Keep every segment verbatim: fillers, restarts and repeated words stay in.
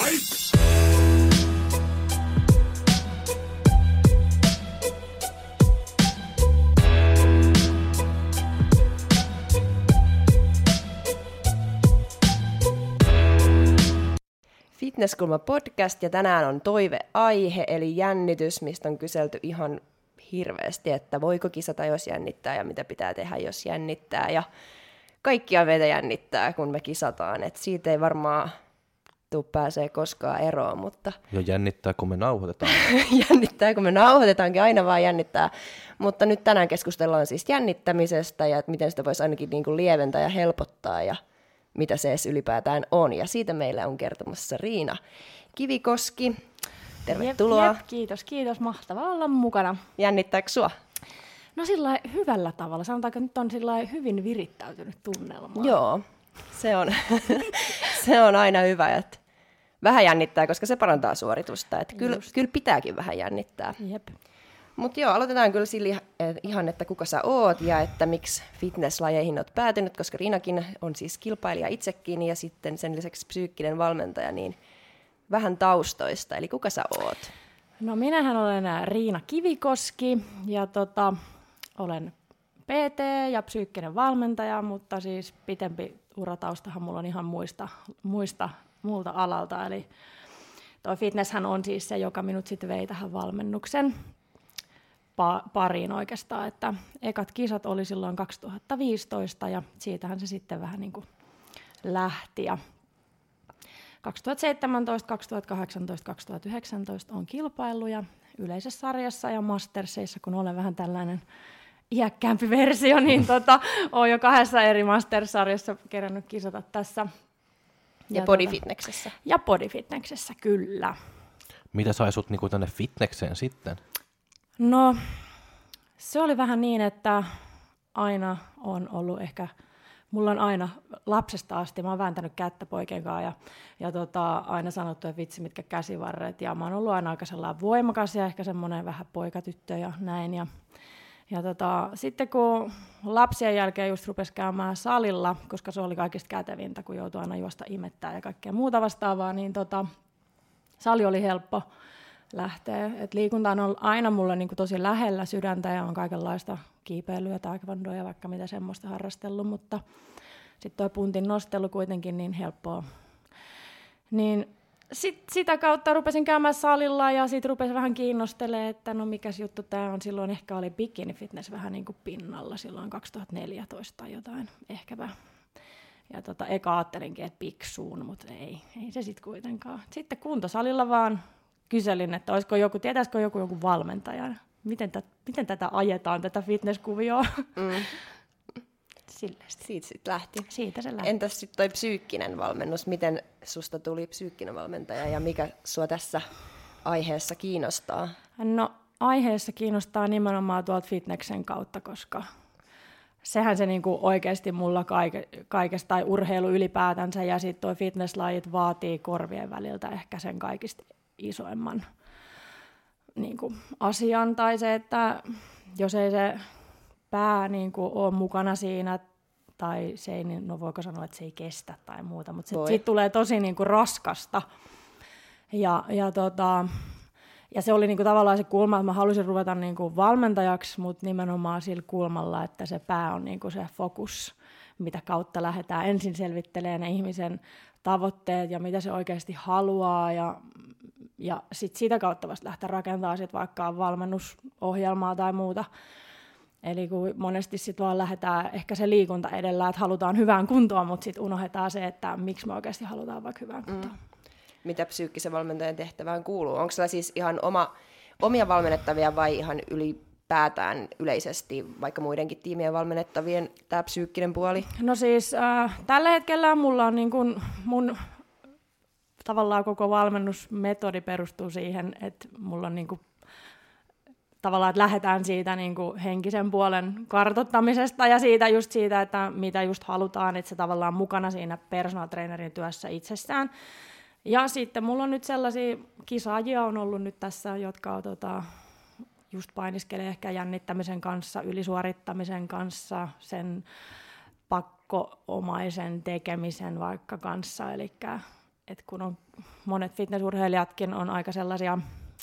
Fitnesskulma podcast ja tänään on toiveaihe eli jännitys, mistä on kyselty ihan hirveästi, että voiko kisata jos jännittää ja mitä pitää tehdä jos jännittää ja kaikkia meitä jännittää kun me kisataan, että siitä ei varmaan tuu pääsee koskaan eroon, mutta ja jännittää kun me nauhoitetaan. jännittää kun me nauhoitetaankin, aina vaan jännittää, mutta nyt tänään keskustellaan siis jännittämisestä ja että miten sitä voisi ainakin niin kuin lieventää ja helpottaa ja mitä se edes ylipäätään on. Ja siitä meillä on kertomassa Riina Kivikoski. Tervetuloa. Jep, jep, kiitos, kiitos. Mahtavaa olla mukana. Jännittääkö sua? No sillä hyvällä tavalla. Sanotaanko, että nyt on sillä hyvin virittäytynyt tunnelma. Joo, se on, se on aina hyvä, että vähän jännittää, koska se parantaa suoritusta. Että kyllä, kyllä pitääkin vähän jännittää. Jep. Mutta joo, aloitetaan kyllä sillä ihan, että kuka sä oot ja että miksi fitnesslajeihin oot päätynyt, koska Riinakin on siis kilpailija itsekin ja sitten sen lisäksi psyykkinen valmentaja, niin vähän taustoista, eli kuka sä oot? No minähän olen Riina Kivikoski ja tota, olen P T ja psyykkinen valmentaja, mutta siis pitempi urataustahan mulla on ihan muista, muista muulta alalta, eli toi fitnesshän on siis se, joka minut sitten vei tähän valmennuksen pariin oikeastaan, että ekat kisat oli silloin kaksituhattaviisitoista ja siitähän se sitten vähän niin kuin lähti ja kaksituhattaseitsemäntoista, kaksituhattakahdeksantoista, kaksituhattayhdeksäntoista on kilpailuja yleisessä sarjassa ja masterseissa, kun olen vähän tällainen iäkkäämpi versio, niin tota, olen jo kahdessa eri mastersarjassa kerännyt kisata tässä. Ja, ja bodyfitnessessä. Tota, ja bodyfitnessessä, kyllä. Mitä sai sut niinku tänne fitnekseen sitten? No, se oli vähän niin, että aina on ollut ehkä, mulla on aina lapsesta asti, mä oon vääntänyt kättä poikien kanssa ja, ja tota, aina sanottu, että vitsi mitkä käsivarret ja mä oon ollut aina aika sellainen voimakas ja ehkä semmoinen vähän poikatyttö ja näin. Ja, ja tota, sitten kun lapsien jälkeen just rupesi käymään salilla, koska se oli kaikista kätevintä, kun joutui aina juosta imettää ja kaikkea muuta vastaavaa, niin tota, sali oli helppo lähtee. Et liikunta on ollut aina mulle niin kuin tosi lähellä sydäntä ja on kaikenlaista kiipeilyä, taekwondoa ja vaikka mitä semmoista harrastellut, mutta sitten tuo puntin nostelu kuitenkin niin helppoa. Niin sit sitä kautta rupesin käymään salilla ja sitten rupesin vähän kiinnostelemaan, että no mikäs juttu tämä on. Silloin ehkä oli bikini fitness vähän niin kuin pinnalla silloin kaksituhattaneljätoista tai jotain ehkäpä. Ja tota, eka ajattelinkin, että piksuun, mutta ei, ei se sitten kuitenkaan. Sitten kuntosalilla vaan kyselin, että olisiko joku, tietäisikö joku joku valmentaja, miten, tä, miten tätä ajetaan, tätä fitnesskuvioa. Mm. Siitä sitten lähti. Siitä se lähti. Entäs sitten toi psyykkinen valmennus, miten susta tuli psyykkinen valmentaja ja mikä sua tässä aiheessa kiinnostaa? No aiheessa kiinnostaa nimenomaan tuolta fitnessen kautta, koska sehän se niinku oikeasti mulla kaike, kaikesta, tai urheilu ylipäätänsä ja sitten tuo fitnesslajit vaatii korvien väliltä ehkä sen kaikista isoimman niin kuin, asian, tai se, että jos ei se pää niin kuin, ole mukana siinä, tai se ei, no voiko sanoa, että se ei kestä tai muuta, mutta se, siitä tulee tosi niin kuin, raskasta. Ja, ja, tota, ja se oli niin kuin, tavallaan se kulma, että mä halusin ruveta niin kuin, valmentajaksi, mutta nimenomaan sillä kulmalla, että se pää on niin kuin, se fokus, mitä kautta lähdetään ensin selvittelemään ne ihmisen tavoitteet ja mitä se oikeasti haluaa ja Ja sitten sitä kautta vasta lähteä rakentamaan sit vaikka valmennusohjelmaa tai muuta. Eli kun monesti sitten vaan lähdetään ehkä se liikunta edellä, että halutaan hyvään kuntoon, mutta sitten unohdetaan se, että miksi me oikeasti halutaan vaikka hyvään kuntoon. Mm. Mitä psyykkisen valmentajan tehtävään kuuluu? Onko siellä siis ihan oma, omia valmennettavia vai ihan ylipäätään yleisesti vaikka muidenkin tiimien valmennettavien tämä psyykkinen puoli? No siis äh, tällä hetkellä mulla on niin kun mun tavallaan koko valmennusmetodi perustuu siihen, että mulla on niinku, tavallaan, että lähdetään siitä niinku henkisen puolen kartoittamisesta ja siitä just siitä, että mitä just halutaan, että se tavallaan mukana siinä personal trainerin työssä itsessään. Ja sitten mulla on nyt sellaisia kisaajia on ollut nyt tässä, jotka on, tota, just painiskelee ehkä jännittämisen kanssa, ylisuorittamisen kanssa, sen pakkoomaisen tekemisen vaikka kanssa, eli et kun on, monet fitnessurheilijatkin on aika sellaisia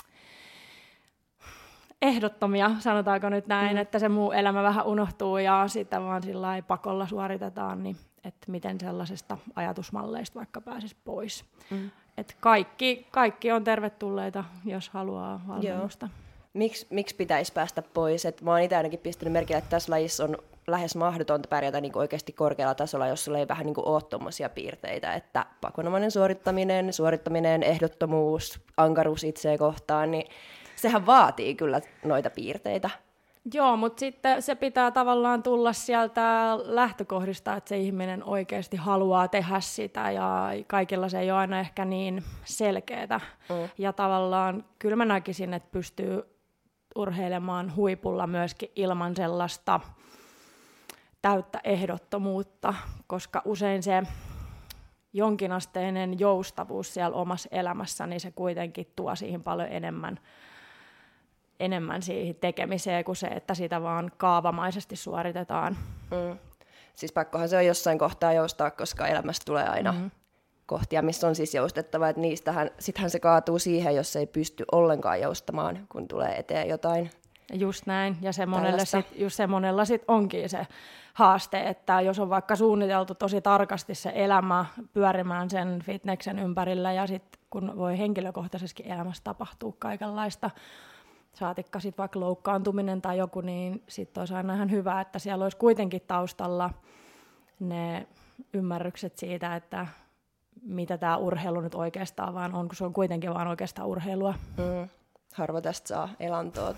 ehdottomia, sanotaanko nyt näin, mm. että se muu elämä vähän unohtuu ja sitä vaan sillä pakolla suoritetaan, niin että miten sellaisesta ajatusmalleista vaikka pääsisi pois. Mm. Et kaikki, kaikki on tervetulleita, jos haluaa valmennusta. Miks, miksi pitäisi päästä pois? Et mä oon itse ainakin pistänyt merkille, että tässä lajissa on lähes mahdotonta pärjätä niin oikeasti korkealla tasolla, jos sulla ei vähän niin ole tuommoisia piirteitä, että pakonomainen suorittaminen, suorittaminen, ehdottomuus, ankaruus itseä kohtaan, niin sehän vaatii kyllä noita piirteitä. Joo, mutta sitten se pitää tavallaan tulla sieltä lähtökohdista, että se ihminen oikeasti haluaa tehdä sitä ja kaikilla se ei ole aina ehkä niin selkeätä. Mm. Ja tavallaan kyllä mä näkisin, että pystyy urheilemaan huipulla myöskin ilman sellaista täyttä ehdottomuutta, koska usein se jonkinasteinen joustavuus siellä omassa elämässä, niin se kuitenkin tuo siihen paljon enemmän enemmän siihen tekemiseen kuin se, että sitä vaan kaavamaisesti suoritetaan. Mm. Siis pakkohan se on jossain kohtaa joustaa, koska elämästä tulee aina mm. kohtia, missä on siis joustettava. Että niistähän, sittenhän se kaatuu siihen, jos ei pysty ollenkaan joustamaan, kun tulee eteen jotain. Just näin, ja se monella, sit, just se monella sit onkin se haaste, että jos on vaikka suunniteltu tosi tarkasti se elämä pyörimään sen fitneksen ympärillä, ja sitten kun voi henkilökohtaisesti elämässä tapahtua kaikenlaista, saatikka sitten vaikka loukkaantuminen tai joku, niin sitten olisi aina ihan hyvä, että siellä olisi kuitenkin taustalla ne ymmärrykset siitä, että mitä tämä urheilu nyt oikeastaan vaan on, kun se on kuitenkin vaan oikeastaan urheilua. Mm. Harva tästä saa elantoa.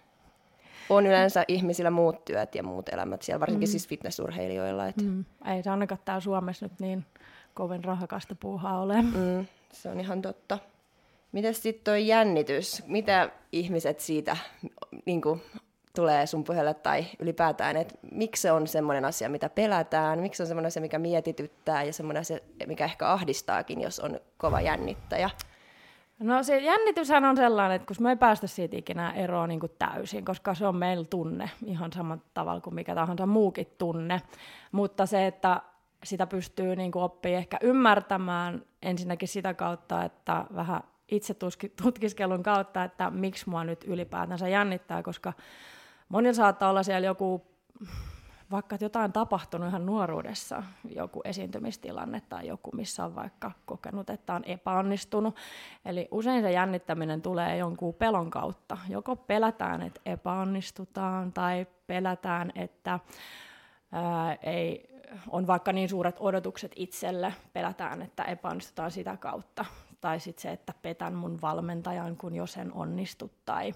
On yleensä ihmisillä muut työt ja muut elämät siellä, varsinkin mm. siis fitnessurheilijoilla. Et. Mm. Ei se ainakaan täällä Suomessa nyt niin kovin rahakasta puuhaa ole. Mm. Se on ihan totta. Mites sitten tuo jännitys? Mitä ihmiset siitä niin kuin, tulee sun puheelle tai ylipäätään, että miksi se on semmoinen asia, mitä pelätään, miksi se on semmoinen asia, mikä mietityttää ja semmoinen asia, mikä ehkä ahdistaakin, jos on kova jännittäjä? No se jännityshän on sellainen, että kun me ei päästä siitä ikinä eroon niin kuin täysin, koska se on meillä tunne ihan samalla tavalla kuin mikä tahansa muukin tunne, mutta se, että sitä pystyy niin kuin oppia ehkä ymmärtämään ensinnäkin sitä kautta, että vähän itse tutkiskelun kautta, että miksi mua nyt ylipäätänsä jännittää, koska monilla saattaa olla siellä joku, vaikka jotain tapahtunut ihan nuoruudessa, joku esiintymistilanne tai joku, missä on vaikka kokenut, että on epäonnistunut. Eli usein se jännittäminen tulee jonkun pelon kautta. Joko pelätään, että epäonnistutaan, tai pelätään, että ää, ei, on vaikka niin suuret odotukset itselle, pelätään, että epäonnistutaan sitä kautta. Tai sitten se, että petän mun valmentajan, kun jos en onnistu. Tai,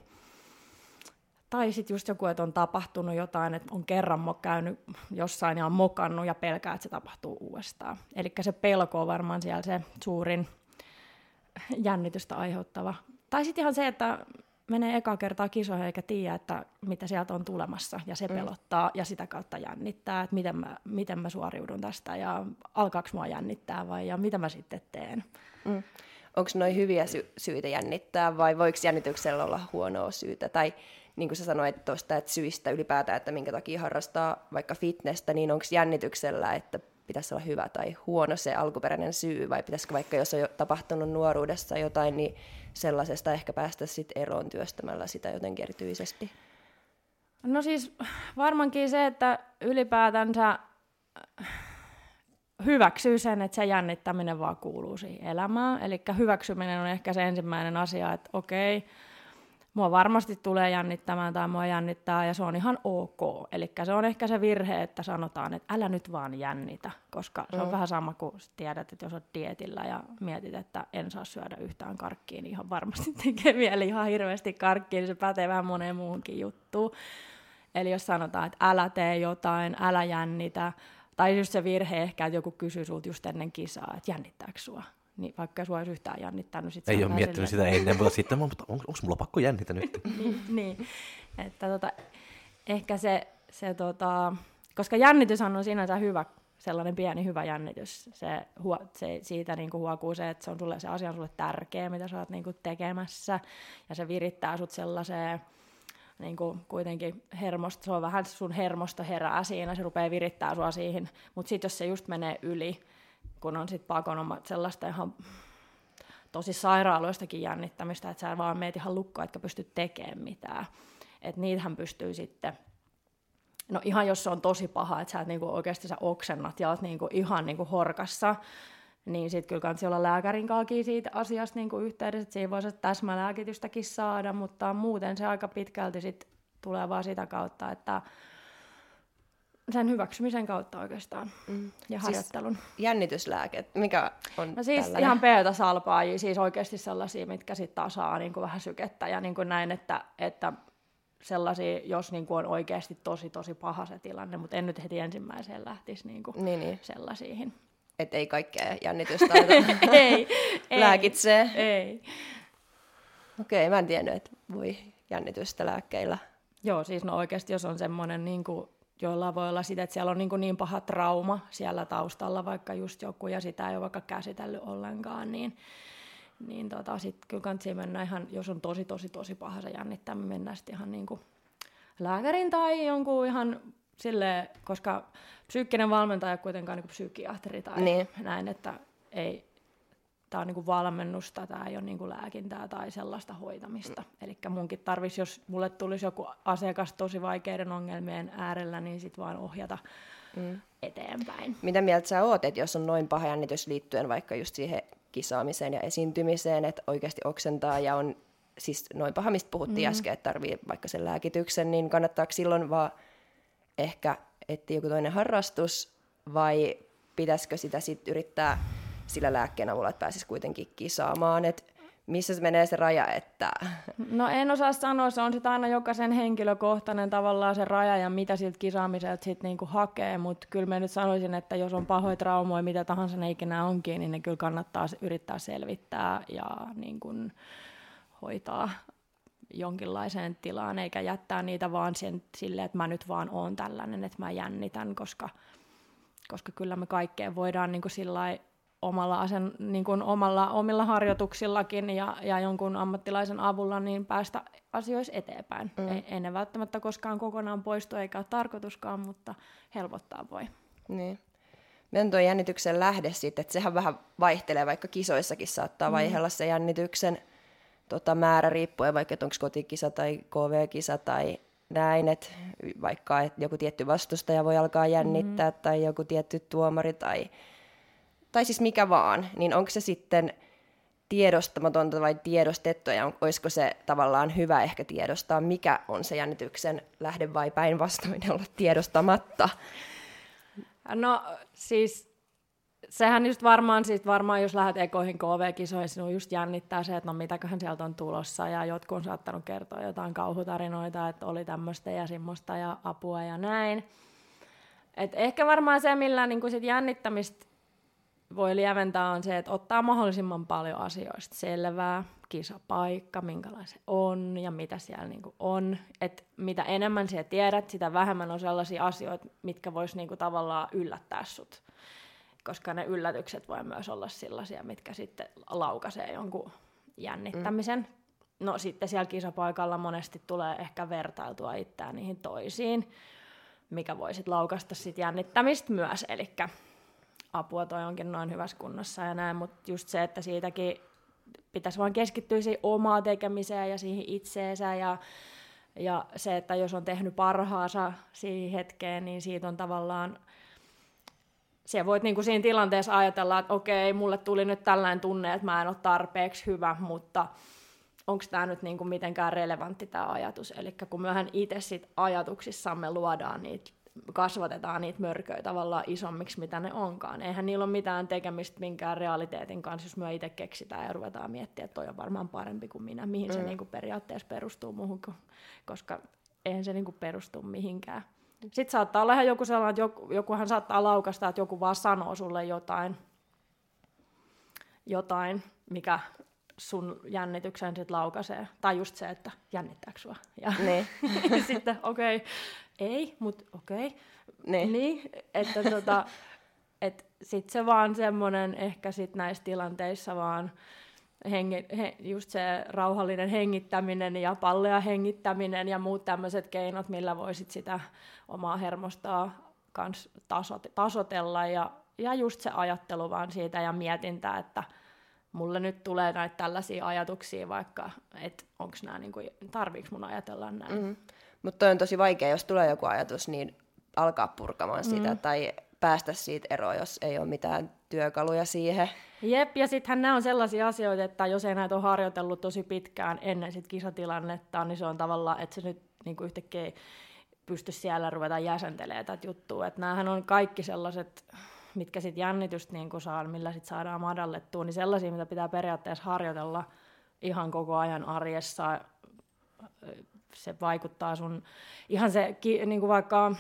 tai sitten just joku, että on tapahtunut jotain, että on kerran mo- käynyt jossain ja on mokannut ja pelkää, että se tapahtuu uudestaan. Eli se pelko on varmaan siellä se suurin jännitystä aiheuttava. Tai sitten ihan se, että menee ekaa kertaa kisoihin eikä tiedä, että mitä sieltä on tulemassa. Ja se mm. pelottaa ja sitä kautta jännittää, että miten mä, miten mä suoriudun tästä ja alkaako mua jännittää vai ja mitä mä sitten teen. Mm. Onko noin hyviä sy- syitä jännittää vai voiko jännityksellä olla huonoa syytä? Tai niin kuin sä sanoit tuosta, että syistä ylipäätään, että minkä takia harrastaa vaikka fitnessä, niin onko jännityksellä, että pitäisi olla hyvä tai huono se alkuperäinen syy, vai pitäisikö vaikka, jos on jo tapahtunut nuoruudessa jotain, niin sellaisesta ehkä päästä sitten eroon työstämällä sitä jotenkin erityisesti? No siis varmaankin se, että ylipäätänsä hyväksyy sen, että se jännittäminen vaan kuuluu siihen elämään. Eli hyväksyminen on ehkä se ensimmäinen asia, että okei, mua varmasti tulee jännittämään tai mua jännittää ja se on ihan ok. Eli se on ehkä se virhe, että sanotaan, että älä nyt vaan jännitä, koska se on mm. vähän sama kuin tiedät, että jos olet dietillä ja mietit, että en saa syödä yhtään karkkia, niin ihan varmasti tekee mieli ihan hirveästi karkkia, niin se pätee vähän moneen muuhunkin juttuun. Eli jos sanotaan, että älä tee jotain, älä jännitä, tai just se virhe ehkä, että joku kysyy sulta just ennen kisaa, että jännittääkö sua? Niin vaikka sua olisi yhtään jännittänyt. Sit ei ole miettinyt sille, sitä ennen, mutta sitten on, on, onko mulla pakko jännitä nyt? niin, niin. Että tota, ehkä se, se tota, koska jännityshän on sinänsä hyvä, sellainen pieni hyvä jännitys. Se, se, siitä niinku huokuu se, että se, on sulle, se asia on sulle tärkeä, mitä sä oot niinku tekemässä, ja se virittää sut sellaiseen, niin kuin kuitenkin hermosto, se on vähän sun hermosto herää siinä, se rupeaa virittää sua siihen, mutta sitten jos se just menee yli, kun on sit pakon sellaista ihan tosi sairaaloistakin jännittämistä, että sä vaan meet ihan lukkoon, etkä pysty tekemään mitään. Että niitähän pystyy sitten, no ihan jos se on tosi paha, että sä et niinku oikeasti sä oksennat ja oot niinku ihan niinku horkassa, niin sitten kyllä kannattaa olla lääkärin kanssa siitä asiasta niinku yhteydessä, että siinä voisi täsmälääkitystäkin saada, mutta muuten se aika pitkälti sit tulee vaan sitä kautta, että sen hyväksymisen kautta oikeastaan mm. ja harjoittelun. Siis jännityslääke, mikä on no siis tällainen? Ihan beta-salpaajia, siis oikeasti sellaisia, mitkä sitten taas saa niin kuin vähän sykettä ja niin kuin näin, että, että sellaisia, jos niin kuin on oikeasti tosi tosi paha se tilanne, mutta en nyt heti ensimmäiseen lähtisi niin kuin niin, niin. sellaisiin. Että ei kaikkea jännitystä ei, lääkitsee? Ei. Okei, mä en tiennyt, että voi jännitystä lääkkeillä. Joo, siis no oikeasti jos on semmoinen, niin kuin, joilla voi olla sitä, että siellä on niin, kuin niin paha trauma siellä taustalla, vaikka just joku, ja sitä ei ole vaikka käsitellyt ollenkaan, niin, niin tota, sitten kyllä kannattaa mennä ihan, jos on tosi, tosi, tosi paha se jännittää, me mennään sitten ihan niin kuin lääkärin tai jonkun ihan silleen, koska psyykkinen valmentaja ei kuitenkaan niin kuin psykiatri tai niin. näin, että ei, tämä on niin kuin valmennusta, tämä ei ole niin kuin lääkintää tai sellaista hoitamista. Mm. Eli munkin tarvitsisi, jos mulle tulisi joku asiakas tosi vaikeiden ongelmien äärellä, niin sitten vaan ohjata mm. eteenpäin. Mitä mieltä sä oot, että jos on noin paha jännitys liittyen vaikka just siihen kisaamiseen ja esiintymiseen, että oikeasti oksentaa ja on siis noin paha, mistä puhuttiin mm. äsken, että tarvii vaikka sen lääkityksen, niin kannattaako silloin vaan ehkä etsiä joku toinen harrastus vai pitäisikö sitä sitten yrittää sillä lääkkeen avulla, että pääsisi kuitenkin kisaamaan, että missä se menee se raja, että... No en osaa sanoa, se on sitten aina jokaisen henkilökohtainen tavallaan se raja ja mitä siltä kisaamiselta sitten niinku hakee, mutta kyllä mä nyt sanoisin, että jos on pahoja traumoja, mitä tahansa ne ikinä onkin, niin ne kyllä kannattaa yrittää selvittää ja niin kuin hoitaa jonkinlaiseen tilaan, eikä jättää niitä vaan sen, silleen, että mä nyt vaan oon tällainen, että mä jännitän, koska, koska kyllä me kaikkeen voidaan niin kuin sillai omalla, asen, niin kuin omalla omilla harjoituksillakin ja, ja jonkun ammattilaisen avulla niin päästä asioissa eteenpäin. Mm. Ei, ei ne välttämättä koskaan kokonaan poistu eikä ole tarkoituskaan, mutta helpottaa voi. Niin. Meidän tuo jännityksen lähde sitten, että sehän vähän vaihtelee, vaikka kisoissakin saattaa vaihella mm. se jännityksen tota, määrä riippuen, vaikka onko kotikisa tai K V-kisa tai näin, että vaikka että joku tietty vastustaja voi alkaa jännittää mm. tai joku tietty tuomari tai tai siis mikä vaan, niin onko se sitten tiedostamatonta vai tiedostettua, ja on, olisiko se tavallaan hyvä ehkä tiedostaa, mikä on se jännityksen lähde vai päinvastoin olla tiedostamatta? No siis sehän just varmaan, siis varmaan jos lähdet ekoihin K V-kisoihin, sinun just jännittää se, että no mitäköhän sieltä on tulossa, ja jotkut on saattanut kertoa jotain kauhutarinoita, että oli tämmöistä ja semmoista ja apua ja näin. Et ehkä varmaan se, millä niin sit jännittämistä voi lieventää on se, että ottaa mahdollisimman paljon asioista selvää, kisapaikka, minkälainen se on ja mitä siellä niinku on. Et mitä enemmän siellä tiedät, sitä vähemmän on sellaisia asioita, mitkä vois niinku tavallaan yllättää sut. Koska ne yllätykset voi myös olla sellaisia, mitkä sitten laukaisee jonkun jännittämisen. Mm. No sitten siellä kisapaikalla monesti tulee ehkä vertailtua itseään niihin toisiin, mikä voi sitten laukaista sit jännittämistä myös, elikkä apua toi onkin noin hyvässä kunnossa ja näin, mutta just se, että siitäkin pitäisi vaan keskittyä siihen omaan tekemiseen ja siihen itseensä ja, ja se, että jos on tehnyt parhaansa siihen hetkeen, niin siitä on tavallaan, se voit niinku siinä tilanteessa ajatella, että okei, mulle tuli nyt tällainen tunne, että mä en ole tarpeeksi hyvä, mutta onko tämä nyt niinku mitenkään relevantti tämä ajatus, eli kun myöhän itse sit ajatuksissamme luodaan niitä, kasvatetaan niitä mörköjä tavallaan isommiksi, mitä ne onkaan. Eihän niillä ole mitään tekemistä minkään realiteetin kanssa, jos me itse keksitään ja ruvetaan miettimään, että toi on varmaan parempi kuin minä, mihin mm. se niinku periaatteessa perustuu muuhun, koska eihän se niinku perustu mihinkään. Sitten saattaa olla ihan joku sellainen, että joku, jokuhan saattaa laukasta, että joku vaan sanoo sulle jotain, jotain mikä sun jännityksen sit laukaisee. Tai just se, että jännittääkö sua? Ja niin. sitten okei, okay, ei, mutta okei. Okay. Niin. Niin, että tota, et sit se vaan semmoinen ehkä sit näissä tilanteissa vaan hengi, he, just se rauhallinen hengittäminen ja pallea hengittäminen ja muut tämmöiset keinot, millä voisit sitä omaa hermostoa kans tasot, tasotella ja, ja just se ajattelu vaan siitä ja mietintä, että mulle nyt tulee näitä tällaisia ajatuksia vaikka, että onko nämä, niin kuin, tarviiko mun ajatella näin. Mm-hmm. Mutta toi on tosi vaikea, jos tulee joku ajatus, niin alkaa purkamaan sitä mm-hmm. tai päästä siitä eroon, jos ei ole mitään työkaluja siihen. Jep, ja sittenhän nämä on sellaisia asioita, että jos ei näitä ole harjoitellut tosi pitkään ennen sit kisatilannetta, niin se on tavallaan, että se nyt niin kuin yhtäkkiä pysty siellä ruveta jäsentelemään tätä juttua. Että näähän on kaikki sellaiset, mitkä sitten jännitystä niin kuin saa, millä sitten saadaan madallettua, niin sellaisia, mitä pitää periaatteessa harjoitella ihan koko ajan arjessa. Se vaikuttaa sun, ihan se, niin kuin vaikka,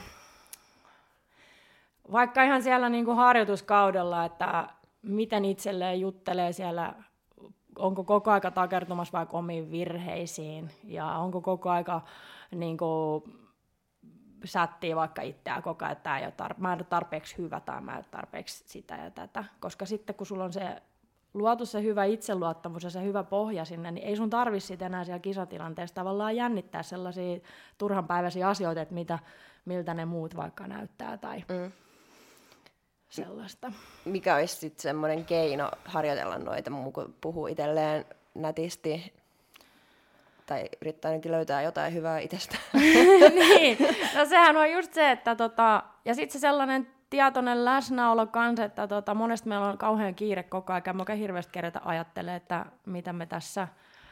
vaikka ihan siellä niin kuin harjoituskaudella, että miten itselleen juttelee siellä, onko koko aika takertumassa vaikka omiin virheisiin, ja onko koko aika niin kuin, sättii vaikka itseään koko ajan, että ei ole tar- mä en ole tarpeeksi hyvä tai mä en ole tarpeeksi sitä ja tätä. Koska sitten kun sulla on se luotu se hyvä itseluottamus ja se hyvä pohja sinne, niin ei sun tarvitse sitten enää siellä kisatilanteessa tavallaan jännittää sellaisia turhanpäiväisiä asioita, että mitä, miltä ne muut vaikka näyttää tai mm. sellaista. Mikä olisi sitten semmoinen keino harjoitella noita, kun puhuu itselleen nätisti tai yrittää ainakin löytää jotain hyvää itsestään? Niin, no sehän on just se, että tota, ja sitten se sellainen tietoinen läsnäolo kanssa, että tota, monesti meillä on kauhean kiire koko ajan, mä oikein hirveästi kerätä ajattelemaan, että mitä me tässä,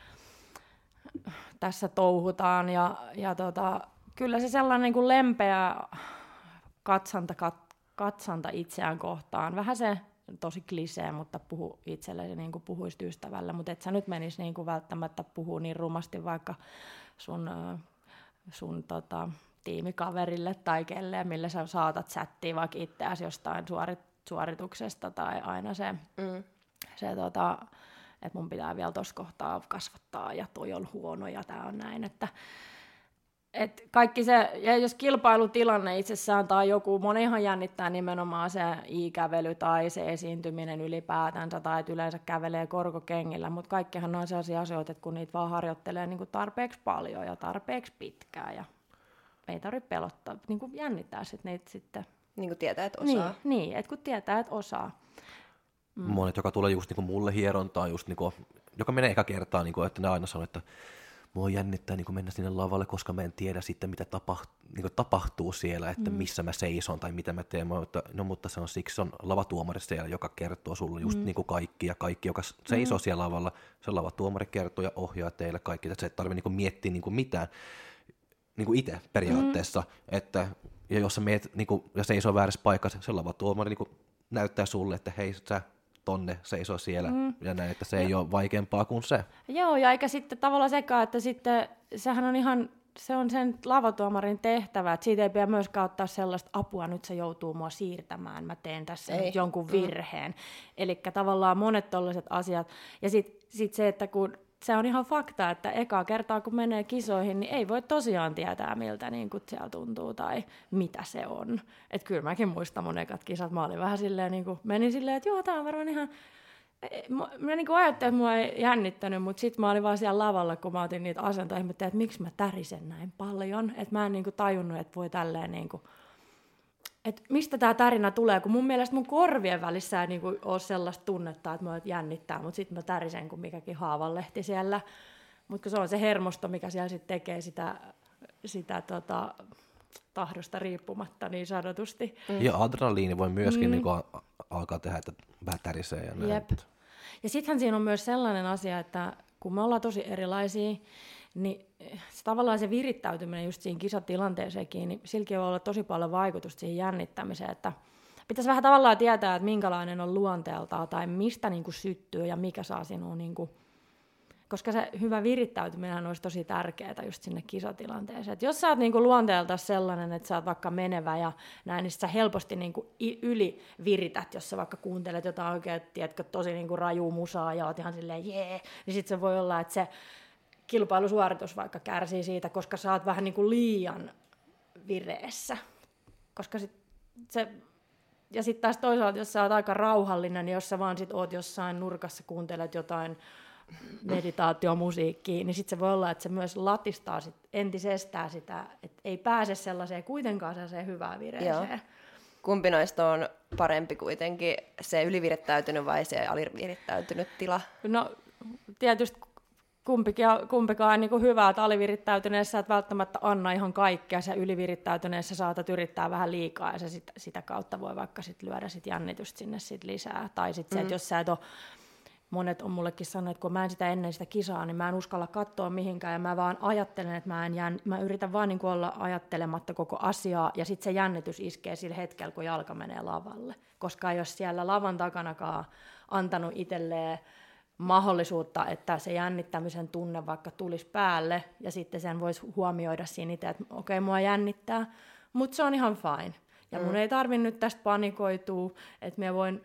tässä touhutaan, ja, ja tota, kyllä se sellainen niin kuin lempeä katsanta, kat, katsanta itseään kohtaan, vähän se tosi klisee, mutta puhu itsellesi niin kuin puhuisit ystävällä, mutta et sä nyt menisi niin kuin välttämättä puhua niin rumasti vaikka sun, sun tota, tiimikaverille tai kelleen, millä sä saatat chattia vaikka itseäsi jostain suorit, suorituksesta tai aina se, mm. se tota, että mun pitää vielä tuossa kohtaa kasvattaa ja toi on huono ja tää on näin, että et kaikki se, ja jos kilpailutilanne itsessään tai joku, monihan jännittää nimenomaan se i-kävely tai se esiintyminen ylipäätänsä, tai että yleensä kävelee korkokengillä, mutta kaikkihan on sellaisia asioita, että kun niitä vaan harjoittelee niin kuin tarpeeksi paljon ja tarpeeksi pitkään, ja ei tarvitse pelottaa, niin kuin jännittää sit niitä sitten. Niin kuin tietää, että osaa. Niin, niin että kun tietää, että osaa. Mm. Monet, joka tulee just niin kuin mulle hierontaan, just niin kuin, joka menee eka kertaa, niin kuin, että ne aina sanoo, että mua jännittää niin kuin mennä sinne lavalle, koska mä en tiedä sitten, mitä tapahtuu, niin kuin tapahtuu siellä, että mm. missä mä seison tai mitä mä teen. Mä, että, no mutta se on siksi, se on lavatuomari siellä, joka kertoo sulle just mm. niin kuin kaikki, ja kaikki, joka seisoo mm. siellä lavalla, se lavatuomari kertoo ja ohjaa teille kaikki, että sä et tarvitse niin kuin miettiä niin kuin mitään niin kuin itse periaatteessa, mm. että ja jos sä meet, niin kuin, ja seisoo väärässä paikassa, se lavatuomari niin kuin näyttää sulle, että hei sä tonne seisoo siellä, mm. ja näin, että se ja. ei ole vaikeampaa kuin se. Joo, ja eikä sitten tavallaan sekaan, että sitten sehän on ihan, se on sen lavatuomarin tehtävä, että siitä ei pidä myöskään ottaa sellaista apua, nyt se joutuu mua siirtämään, mä teen tässä ei. nyt jonkun virheen. Mm. Eli tavallaan monet tollaiset asiat, ja sitten sit se, että kun se on ihan fakta, että ekaa kertaa kun menee kisoihin, niin ei voi tosiaan tietää, miltä niin kuin siellä tuntuu tai mitä se on. Että kyllä mäkin muistan mun ekat kisat, mä olin vähän silleen, niin kuin, menin silleen, että joo, tää on varmaan ihan. Mä niin kuin ajattelin, että mua ei jännittänyt, mutta sitten mä olin vaan siellä lavalla, kun mä otin niitä asentoja, että et miksi mä tärisen näin paljon. Että mä en niin kuin tajunnut, että voi tälleen niin kuin, että mistä tämä tarina tulee, kun mun mielestä mun korvien välissä ei niinku ole sellaista tunnetta, että mä jännittää, mutta sitten mä tärisen kuin mikäkin haavanlehti siellä. Mutta se on se hermosto, mikä siellä sitten tekee sitä, sitä tota, tahdosta riippumatta niin sanotusti. Mm. Ja adrenaliini voi myöskin mm. niinku alkaa tehdä, että vähän tärisee. Ja näin. Jep. Ja sittenhän siinä on myös sellainen asia, että kun me ollaan tosi erilaisia, niin se, tavallaan se virittäytyminen just siinä kisatilanteeseenkin, niin silläkin voi olla tosi paljon vaikutusta siihen jännittämiseen, että pitäisi vähän tavallaan tietää, että minkälainen on luonteeltaan tai mistä niin kuin syttyy ja mikä saa sinua, niin kuin, koska se hyvä virittäytyminen olisi tosi tärkeää just sinne kisatilanteeseen. Et jos sä oot niin kuin luonteeltaan sellainen, että sä oot vaikka menevä ja näin, niin sä helposti niin kuin yli virität, jos sä vaikka kuuntelet jotain oikein, tiedätkö, tosi niin kuin raju musaa ja oot ihan silleen jee, niin sit se voi olla, että se kilpailusuoritus vaikka kärsii siitä, koska sä oot vähän niin kuin liian vireessä. Koska sit se, ja sitten taas toisaalta, jos sä oot aika rauhallinen, niin jos sä vaan sit oot jossain nurkassa, kuuntelet jotain meditaatiomusiikkia, niin sitten se voi olla, että se myös latistaa sit entisestään sitä, että ei pääse sellaiseen kuitenkaan sellaiseen hyvään vireeseen. kumpi noista on parempi kuitenkin, se ylivirittäytynyt vai se alivirittäytynyt tila? No tietysti kumpikaan, kumpikaan on niin kuin hyvä, että alivirittäytyneessä et välttämättä anna ihan kaikkea, se ylivirittäytyneessä saatat yrittää vähän liikaa ja se sit, sitä kautta voi vaikka sit lyödä sit jännitystä sinne sit lisää. Tai sitten se, että mm. jos sä et ole, monet on mullekin sanonut, että kun mä en sitä ennen sitä kisaa, niin mä en uskalla katsoa mihinkään ja mä vaan ajattelen, että mä, en jän, mä yritän vaan niin kuin olla ajattelematta koko asiaa ja sitten se jännitys iskee sillä hetkellä, kun jalka menee lavalle. Koska jos siellä lavan takanakaan antanut itselleen mahdollisuutta, että se jännittämisen tunne vaikka tulisi päälle ja sitten sen voisi huomioida siinä itse, että okei, okay, mua jännittää, mutta se on ihan fine. Ja mun mm. ei tarvitse nyt tästä panikoitua, että mä voin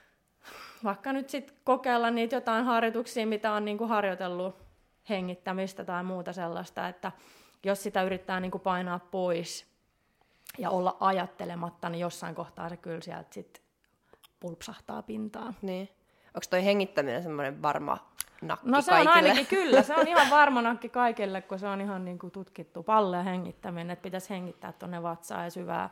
vaikka nyt sitten kokeilla niitä jotain harjoituksia, mitä on niinku harjoitellut hengittämistä tai muuta sellaista, että jos sitä yrittää niinku painaa pois ja olla ajattelematta, niin jossain kohtaa se kyllä sieltä sitten pulpsahtaa pintaan. Niin. Onko toi hengittäminen semmoinen varma nakki No se kaikille? on ainakin kyllä, se on ihan varma nakki kaikille, kun se on ihan niin kuin tutkittu pallo hengittäminen, että pitäisi hengittää tuonne vatsaan ja syvää,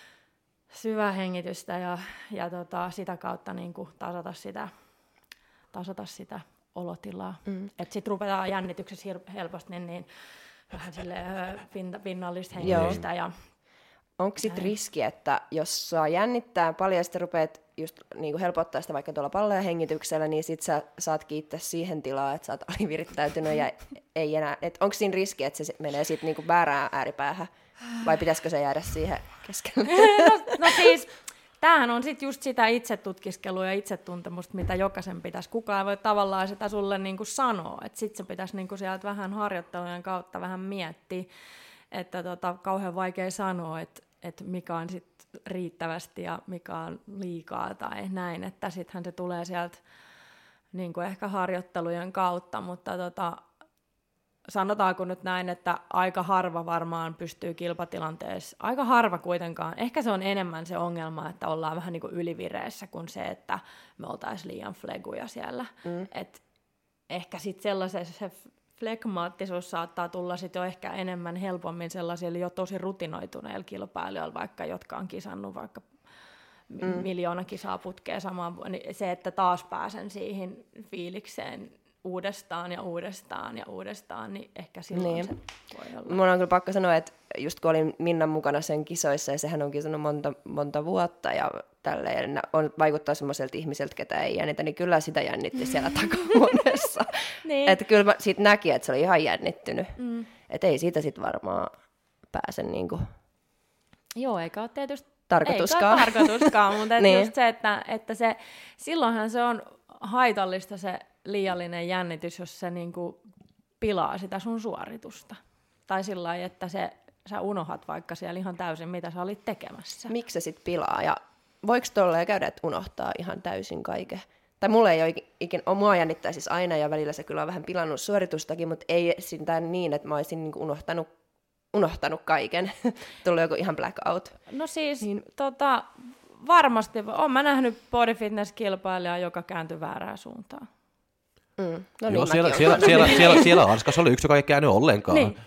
syvää hengitystä ja, ja tota, sitä kautta niin kuin tasata, sitä, tasata sitä olotilaa. Mm. Että sitten rupeaa jännityksessä hir- helposti niin, niin vähän silleen pinta, pinnallista hengitystä. Ja onko sitten riski, että jos sua jännittää paljon ja sitten rupeat just niinku helpottaa sitä vaikka tuolla palloja hengityksellä, niin sit sä saat kiittää siihen tilaan, että sä oot alivirittäytynyt ja ei enää. Et onko siinä riski, että se menee sitten niinku väärään ääripäähän vai pitäisikö se jäädä siihen keskelle? No, no siis, tämähän on sitten just sitä itsetutkiskelua ja itsetuntemusta, mitä jokaisen pitäisi. Kukaan ei voi tavallaan sitä sulle niinku sanoa, että sitten se pitäisi niinku sieltä vähän harjoittelujen kautta vähän miettiä, että tota, kauhean vaikea sanoa, että, että mikä on sit riittävästi ja mikä on liikaa tai näin, että sittenhän se tulee sieltä niin kuin ehkä harjoittelujen kautta, mutta tota, sanotaanko nyt näin, että aika harva varmaan pystyy kilpatilanteessa, aika harva kuitenkaan, ehkä se on enemmän se ongelma, että ollaan vähän niin kuin ylivireessä kuin se, että me oltaisiin liian fleguja siellä, mm. että ehkä sitten sellaisessa se flegmaattisuus saattaa tulla sit jo ehkä enemmän helpommin sellaisille jo tosi rutinoituneilla kilpailijoilla, vaikka jotka on kisannut vaikka mm. miljoona kisaa putkeen samaan vuonna. Niin se, että taas pääsen siihen fiilikseen uudestaan ja uudestaan ja uudestaan, niin ehkä silloin niin. Se voi olla. Mun on kyllä pakko sanoa, että just kun olin Minnan mukana sen kisoissa, ja sehän on kisannut monta, monta vuotta, ja tälleen on, vaikuttaa semmoiselta ihmiseltä, ketä ei jännitä, niin kyllä sitä jännitti siellä takahuoneessa. Niin. Että kyllä mä siitä näki, että se oli ihan jännittynyt. Mm. Että ei siitä sitten varmaan pääse niinku Joo, eikä ole tietysti tarkoituskaan. Eikä ole tarkoituskaan, mutta niin. Just se, että, että se, silloinhan se on haitallista se liiallinen jännitys, jos se niinku pilaa sitä sun suoritusta. Tai sillä lailla, että se, sä unohat vaikka siellä ihan täysin, mitä sä olit tekemässä. Miksi se sitten pilaa? Ja voiko tolleen käydä, että unohtaa ihan täysin kaiken? Tai mulla ei ole ikinä, mua jännittää siis aina, ja välillä se kyllä on vähän pilannut suoritustakin, mutta ei sintään niin, että mä olisin niinku unohtanut, unohtanut kaiken. Tullut joku ihan blackout. No siis, niin. tota, varmasti, oon mä nähnyt bodyfitness-kilpailijaa, joka kääntyi väärään suuntaan. Mm. No Joo, niin, siellä, siellä, siellä, siellä, siellä Anskassa oli yksi, joka ei käynyt ollenkaan. Niin.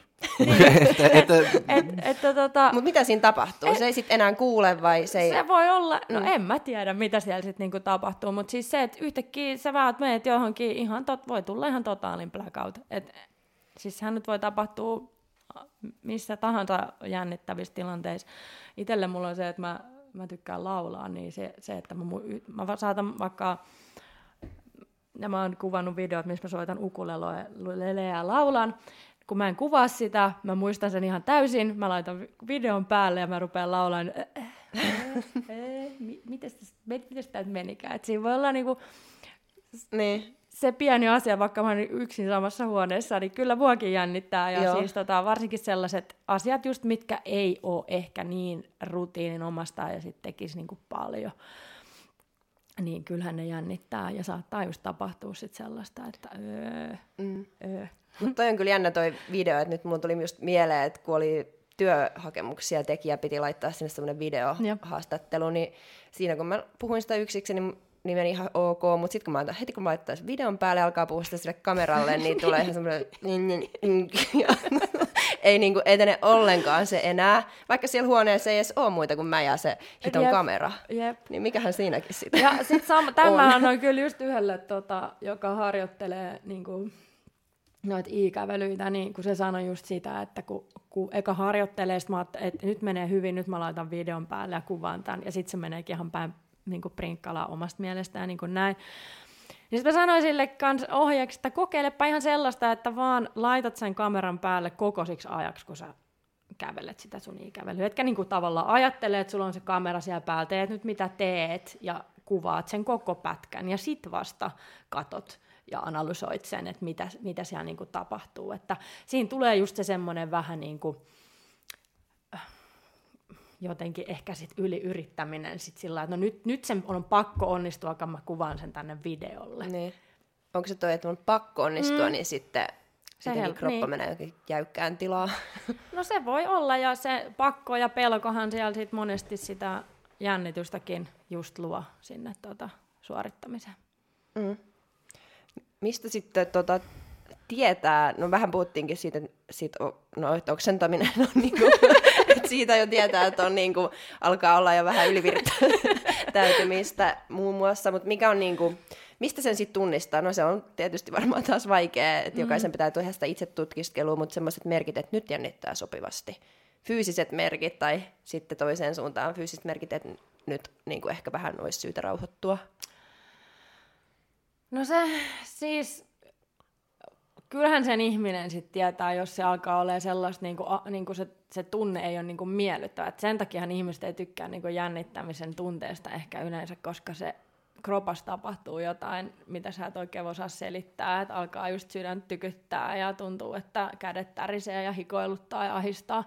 Mutta mitä siinä tapahtuu? Et, se ei sitten enää kuule vai se ei... Se voi olla, no mm. en mä tiedä mitä siellä sitten niinku tapahtuu, mutta siis se, että yhtäkkiä sä väät meet johonkin, ihan tot, voi tulla ihan totaalin blackout. Et, siis sehän nyt voi tapahtua missä tahansa jännittävissä tilanteissa. Itelle mulla on se, että mä, mä tykkään laulaa, niin se, se että mä, mä saatan vaikka... Ja mä oon kuvannut videot, missä mä soitan ukuleleja ja laulan. Kun mä en kuvaa sitä, mä muistan sen ihan täysin. Mä laitan videon päälle ja mä rupean laulamaan. Miten sitä menikään? Et siinä voi olla niinku niin. Se pieni asia, vaikka mä oon yksin samassa huoneessa, niin kyllä muakin jännittää. Ja siis tota, varsinkin sellaiset asiat, just mitkä ei ole ehkä niin rutiininomasta ja sitten tekisi niinku paljon. Niin kyllähän ne jännittää ja saattaa just tapahtua sit sellaista, että öö, mm. öö. Mutta toi on kyllä jännä toi video, että nyt mulla tuli just mieleen, että kun oli työhakemuksia tekijä, piti laittaa sinne semmoinen videohaastattelu, niin siinä kun mä puhuin sitä yksiksi, niin, niin meni ihan ok, mutta sitten kun mä heti kun mä laittaisin videon päälle alkaa puhua sitä sille kameralle, niin tulee ihan semmoinen ei niinku etene ollenkaan se enää, vaikka siellä huoneessa ei edes ole muita kuin mä ja se hiton Jep. kamera. Jep. Niin mikähän siinäkin sitä Ja sit sama, tämä on. annoin kyllä just yhdelle, tota, joka harjoittelee niinku, noita i-kävelyitä, niin kun se sanoi just sitä, että kun, kun eka harjoittelee, sit mä että nyt menee hyvin, nyt mä laitan videon päälle ja kuvaan tämän, ja sitten se meneekin ihan päin niin prinkkalaa omasta mielestään niin kuin näin. Ja sitten mä sanoin sille kans ohjeeksi, että kokeilepa ihan sellaista, että vaan laitat sen kameran päälle koko siksi ajaksi, kun sä kävelet sitä sun i-kävelyä. Etkä niin kuin tavallaan ajattele, että sulla on se kamera siellä päällä, teet nyt mitä teet, ja kuvaat sen koko pätkän, ja sit vasta katot ja analysoit sen, että mitä, mitä siellä niin kuin tapahtuu. Että siinä tulee just se semmoinen vähän niin kuin, jotenkin ehkä sit yliyrittäminen sit sillä, että no nyt, nyt sen on pakko onnistua, kun mä kuvaan sen tänne videolle. Niin. Onko se toi, että on pakko onnistua, mm. niin sitten se hel- kroppa niin. menee jokin jäykkään tilaan? No se voi olla, ja se pakko ja pelkohan siellä sit monesti sitä jännitystäkin just luo sinne tuota suorittamiseen. Mm. Mistä sitten tota, tietää, no vähän puhuttiinkin siitä, siitä no, että oksentaminen on niinku, että siitä jo tietää, että on niinku, alkaa olla jo vähän ylivirtäytymistä muun muassa, mutta mikä on niinku, mistä sen sitten tunnistaa? No se on tietysti varmaan taas vaikea, että mm. jokaisen pitää tehdä sitä itse tutkiskelua, mutta semmoiset merkit, että nyt jännittää sopivasti. Fyysiset merkit tai sitten toiseen suuntaan fyysiset merkit, että nyt niinku ehkä vähän olisi syytä rauhoittua. No se siis, kyllähän sen ihminen sitten tietää, jos se alkaa olemaan sellaista, niin kuin, niin kuin se, se tunne ei ole niin kuin miellyttävä. Et sen takiahan ihmiset ei tykkää niin kuin jännittämisen tunteesta ehkä yleensä, koska se kropassa tapahtuu jotain, mitä sä et oikein osaa selittää. Että alkaa just sydän tykyttää ja tuntuu, että kädet tärisee ja hikoiluttaa ja ahistaa.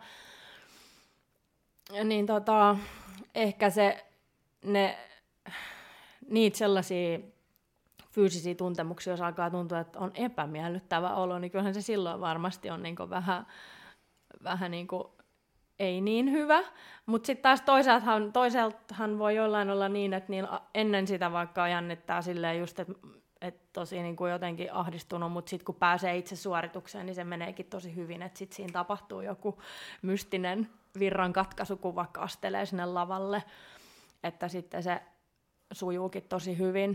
Ja niin tota, ehkä se, ne, niitä sellaisia fyysisiä tuntemuksia, jos alkaa tuntua, että on epämiellyttävä olo, niin kyllähän se silloin varmasti on niin kuin vähän, vähän niin kuin ei niin hyvä. Mutta sitten taas toisaaltahan, toisaaltahan voi jollain olla niin, että niin ennen sitä vaikka jännittää silleen just, että et tosi niin kuin jotenkin ahdistunut, mutta sitten kun pääsee itse suoritukseen, niin se meneekin tosi hyvin, että sitten siinä tapahtuu joku mystinen virran katkaisu, kun vaikka astelee sinne lavalle, että sitten se sujuukin tosi hyvin.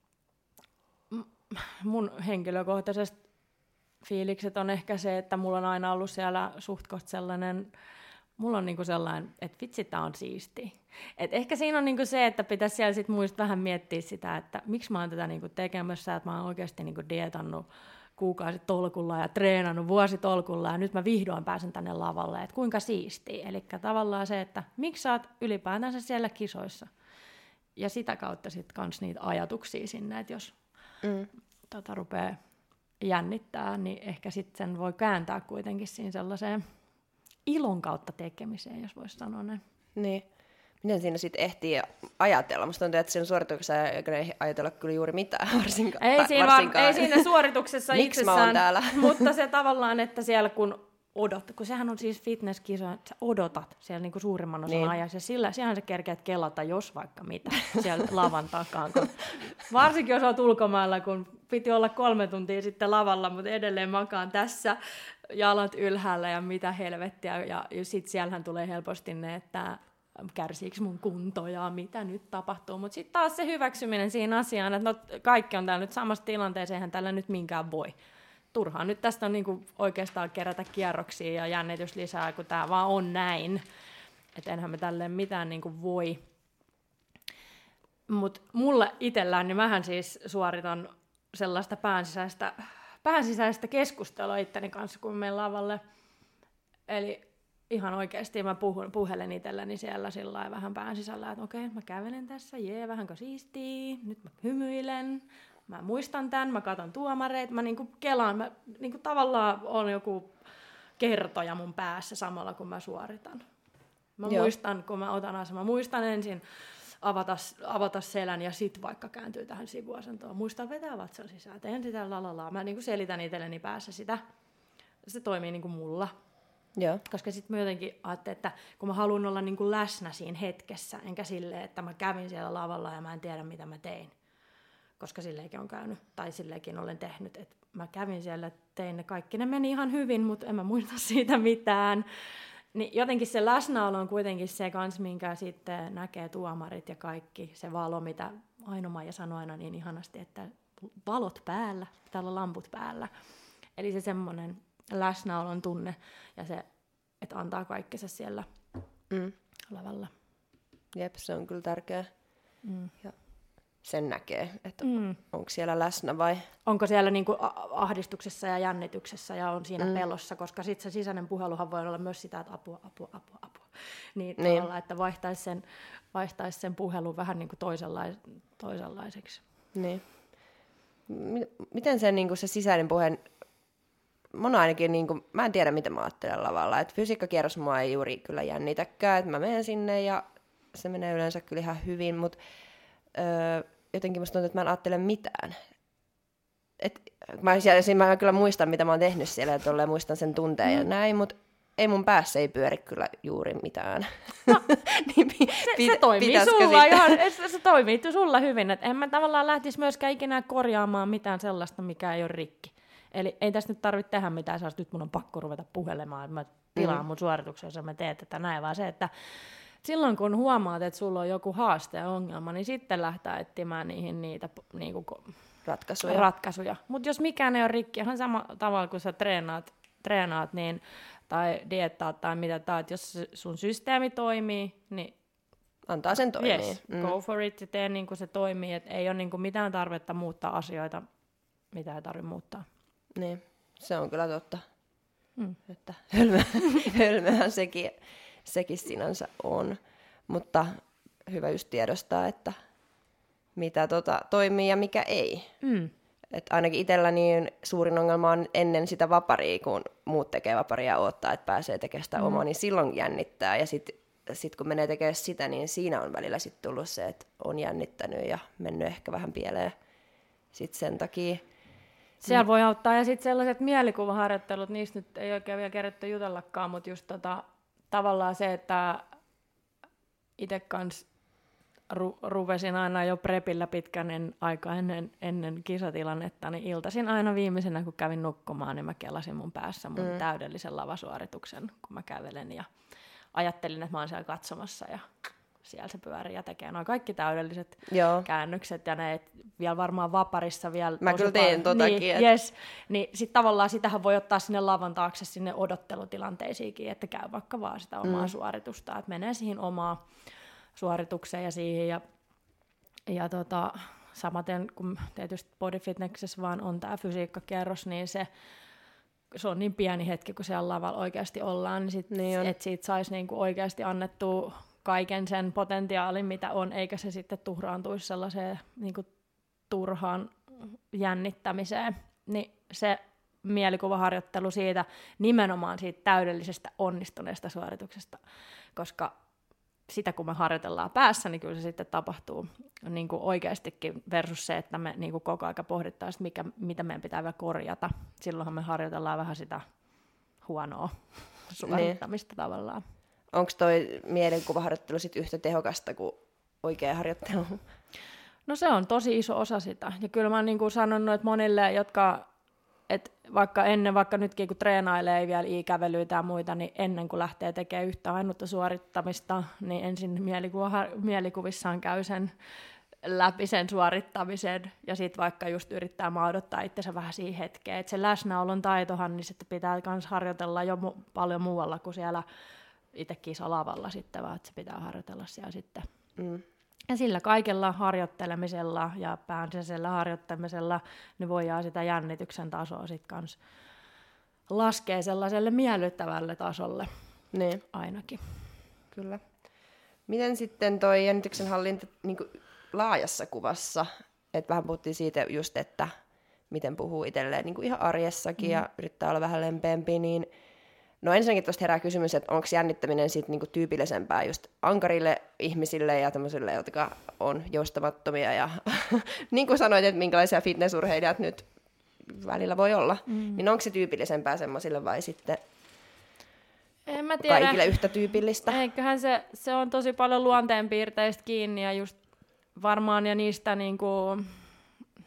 Mun henkilökohtaisesti fiilikset on ehkä se, että mulla on aina ollut siellä suht koht sellainen, mulla on niinku sellainen, että vitsi, tää on siistiä. Et ehkä siinä on niinku se, että pitäisi siellä sit muista vähän miettiä sitä, että miksi mä oon tätä niinku tekemässä, että mä oon oikeasti niinku dietannut kuukausitolkulla ja treenannut vuositolkulla ja nyt mä vihdoin pääsen tänne lavalle, että kuinka siistiä. Eli tavallaan se, että miksi sä oot ylipäätänsä siellä kisoissa. Ja sitä kautta sitten kans niitä ajatuksia sinne, että jos mm. tota rupeaa jännittää, niin ehkä sitten sen voi kääntää kuitenkin siinä sellaiseen ilon kautta tekemiseen, jos voisi sanoa näin. Niin. Miten siinä sitten ehtii ajatella? Musta tuntuu, että sen suorituksessa ei ajatella kyllä juuri mitään varsinkaan. Ei siinä, varsinkaan. Ei siinä suorituksessa Miksi mä oon täällä? Mutta se tavallaan, että siellä kun odot, kun sehän on siis fitnesskiso, että sä odotat siellä niinku suurimman osan niin. ajassa, ja sillä, sehän sä kerkeät kelata, jos vaikka mitä, siellä lavan takaan. Kun, varsinkin jos olet ulkomailla, kun piti olla kolme tuntia sitten lavalla, mutta edelleen makaan tässä, jalat ylhäällä ja mitä helvettiä, ja, ja sitten siellähän tulee helposti ne, että kärsiikö mun kunto ja mitä nyt tapahtuu, mutta sitten taas se hyväksyminen siinä asiaan, että no, kaikki on täällä nyt samassa tilanteessa, eihän tällä nyt minkään voi. Turhaan nyt tästä on niinku oikeastaan kerätä kierroksia ja jännitys lisää, kun tämä vaan on näin. Että enhän me tälleen mitään niinku voi. Mutta mulle itsellään, niin mähän siis suoritan sellaista päänsisäistä, päänsisäistä keskustelua itteni kanssa, kun menen lavalle. Eli ihan oikeasti mä puhun, puhelen itselleni siellä sillä vähän pään sisällä, että okei, mä kävelen tässä, jee, vähänkö siistii, nyt mä hymyilen. Mä muistan tämän, mä katon tuomareita, mä niinku kelaan, mä niinku tavallaan on joku kertoja mun päässä samalla, kun mä suoritan. Mä Joo. muistan, kun mä otan asen, mä muistan ensin avata, avata selän ja sit vaikka kääntyy tähän sivuasentoon. Muistan vetää vatsan sisään, teen sitä lalalaa. Mä niinku selitän itselleni päässä sitä. Se toimii niinku mulla. Joo. Koska sitten mä jotenkin ajattelin, että kun mä haluan olla niinku läsnä siinä hetkessä, enkä silleen, että mä kävin siellä lavalla ja mä en tiedä, mitä mä tein. koska silleenkin on käynyt, tai silleenkin olen tehnyt, että mä kävin siellä, tein ne kaikki, ne meni ihan hyvin, mutta en mä muista siitä mitään. Niin jotenkin se läsnäolo on kuitenkin se kans, minkä sitten näkee tuomarit ja kaikki, se valo, mitä Aino-Maija sanoi aina niin ihanasti, että valot päällä, pitää olla lamput päällä. Eli se semmoinen läsnäolon tunne ja se, että antaa kaikkensa siellä mm. lavalla. Jep, se on kyllä tärkeää. Mm. Ja sen näkee, että mm. onko siellä läsnä vai... Onko siellä niinku ahdistuksessa ja jännityksessä ja on siinä mm. pelossa, koska sitten se sisäinen puheluhan voi olla myös sitä, että apua, apua, apua, apua. Niin, niin. Tavallaan, että vaihtaisi sen, vaihtaisi sen puhelun vähän niinku toisenlais, toisenlaiseksi. Niin. Miten se, niin kuin se sisäinen puhe, mun ainakin, niin kuin, mä en tiedä mitä mä ajattelen lavalla, että fysiikkakierros mua ei juuri kyllä jännitäkään, että mä menen sinne ja se menee yleensä kyllä ihan hyvin, mutta öö, jotenkin musta tuntuu, että mä en ajattele mitään. Et, mä, siellä, mä kyllä muistan, mitä mä oon tehnyt siellä, että olleen muistan sen tunteen mm. ja näin, mutta ei mun päässä ei pyöri kyllä juuri mitään. No, niin, pi, se, pit, se toimii sulla ihan, se, se toimii sulla hyvin, että en mä tavallaan lähtisi myöskään ikinä korjaamaan mitään sellaista, mikä ei ole rikki. Eli ei tässä nyt tarvitse tehdä mitään, saa nyt mun on pakko ruveta puhelemaan, että mä tilaan mm. mun suorituksen, jos mä teen tätä näin, vaan se, että silloin kun huomaat, että sulla on joku haaste ja ongelma, niin sitten lähtee etsimään niihin niitä niinku, ratkaisuja. ratkaisuja. Mutta jos mikään ei ole rikki, ihan sama tavalla kuin sä treenaat, treenaat niin, tai dieettaat tai mitä tai jos sun systeemi toimii, niin antaa sen toimia. Yes, mm. go for it ja tee niin kuin se toimii, että ei ole niin kuin mitään tarvetta muuttaa asioita, mitä ei tarvitse muuttaa. Niin, se on kyllä totta. Mm. Että hölmö, hölmöhän sekin, sekin sinänsä on, mutta hyvä just tiedostaa, että mitä tota toimii ja mikä ei. Mm. Et ainakin itsellä niin suurin ongelma on ennen sitä vaparia, kun muut tekee vaparia ja odottaa, että pääsee tekemään sitä mm. omaa, niin silloin jännittää. Ja sitten sit kun menee tekemään sitä, niin siinä on välillä sit tullut se, että on jännittänyt ja mennyt ehkä vähän pieleen sit sen takia. Siellä voi auttaa. Ja sitten sellaiset mielikuvaharjoittelut, niistä nyt ei oikein vielä kerätty jutellakaan, mutta just tota, tavallaan se, että itse kanssa ru- ruvesin aina jo prepillä pitkän aikaa ennen, ennen kisatilannetta, niin iltaisin aina viimeisenä, kun kävin nukkumaan, niin mä kelasin mun päässä mun mm. täydellisen lavasuorituksen, kun mä kävelen ja ajattelin, että mä oon siellä katsomassa ja siellä se pyörii ja tekee noin kaikki täydelliset Joo. käännökset ja ne vielä varmaan vaparissa vielä. Mä kyllä teen totakin. Niin, et... yes. niin sitten tavallaan sitähän voi ottaa sinne lavan taakse sinne odottelutilanteisiinkin, että käy vaikka vaan sitä omaa mm. suoritusta, että menee siihen omaan suoritukseen ja siihen ja, ja tota, samaten kun tietysti body fitnessessä vaan on tämä fysiikkakierros, niin se se on niin pieni hetki, kun siellä lavalla oikeasti ollaan, niin, sit, niin että siitä saisi niinku oikeasti annettua kaiken sen potentiaalin, mitä on, eikä se sitten tuhraantuisi sellaiseen niinku turhaan jännittämiseen. Niin se mielikuvaharjoittelu siitä, nimenomaan siitä täydellisestä onnistuneesta suorituksesta, koska sitä kun me harjoitellaan päässä, niin kyllä se sitten tapahtuu niin kuin oikeastikin versus se, että me niin kuin koko ajan pohditaan, mikä, mitä meidän pitää vielä korjata. Silloinhan me harjoitellaan vähän sitä huonoa suorittamista niin. tavallaan. Onko toi mielikuvaharjoittelu sitten yhtä tehokasta kuin oikea harjoittelu? No se on tosi iso osa sitä. Ja kyllä mä oon niin kuin sanonut, että monille, jotka et vaikka ennen, vaikka nytkin kun treenailee vielä i-kävelyitä ja muita, niin ennen kuin lähtee tekemään yhtä ainutta suorittamista, niin ensin mielikuva, mielikuvissaan käy sen läpi sen suorittamisen ja sitten vaikka just yrittää maadottaa itsensä vähän siihen hetkeen. Että se läsnäolon taitohan, niin sitten pitää myös harjoitella jo mu- paljon muualla kuin siellä itse kisalavalla sitten, vaan että se pitää harjoitella siellä sitten. Mm. Ja sillä kaikella harjoittelemisella ja päänsisellä harjoittamisella niin voidaan sitä jännityksen tasoa sitten kans laskea sellaiselle miellyttävälle tasolle niin. ainakin. Kyllä. Miten sitten toi jännityksen hallinta niin kuin laajassa kuvassa, että vähän puhuttiin siitä just, että miten puhuu itselleen niin kuin ihan arjessakin mm. ja yrittää olla vähän lempeämpi, niin no ensinnäkin tuosta herää kysymys, että onko jännittäminen siitä niinku tyypillisempää just ankarille ihmisille ja tämmöisille, jotka on joustamattomia ja niin kuin sanoit, että minkälaisia fitnessurheilijat nyt välillä voi olla, mm. niin onko se tyypillisempää semmoisille vai sitten en mä tiedä. Kaikille yhtä tyypillistä? Eiköhän se, se on tosi paljon luonteenpiirteistä kiinni ja just varmaan ja niistä niinku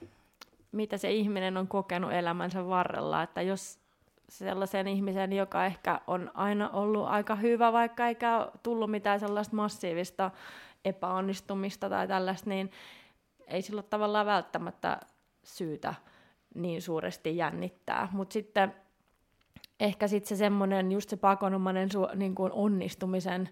mitä se ihminen on kokenut elämänsä varrella, että jos sellaisen ihmisen, joka ehkä on aina ollut aika hyvä, vaikka eikä ole tullut mitään sellaista massiivista epäonnistumista tai tällaista, niin ei sillä ole tavallaan välttämättä syytä niin suuresti jännittää. Mutta sitten ehkä sitten se semmoinen, just se pakonomainen su- niin kuin onnistumisen,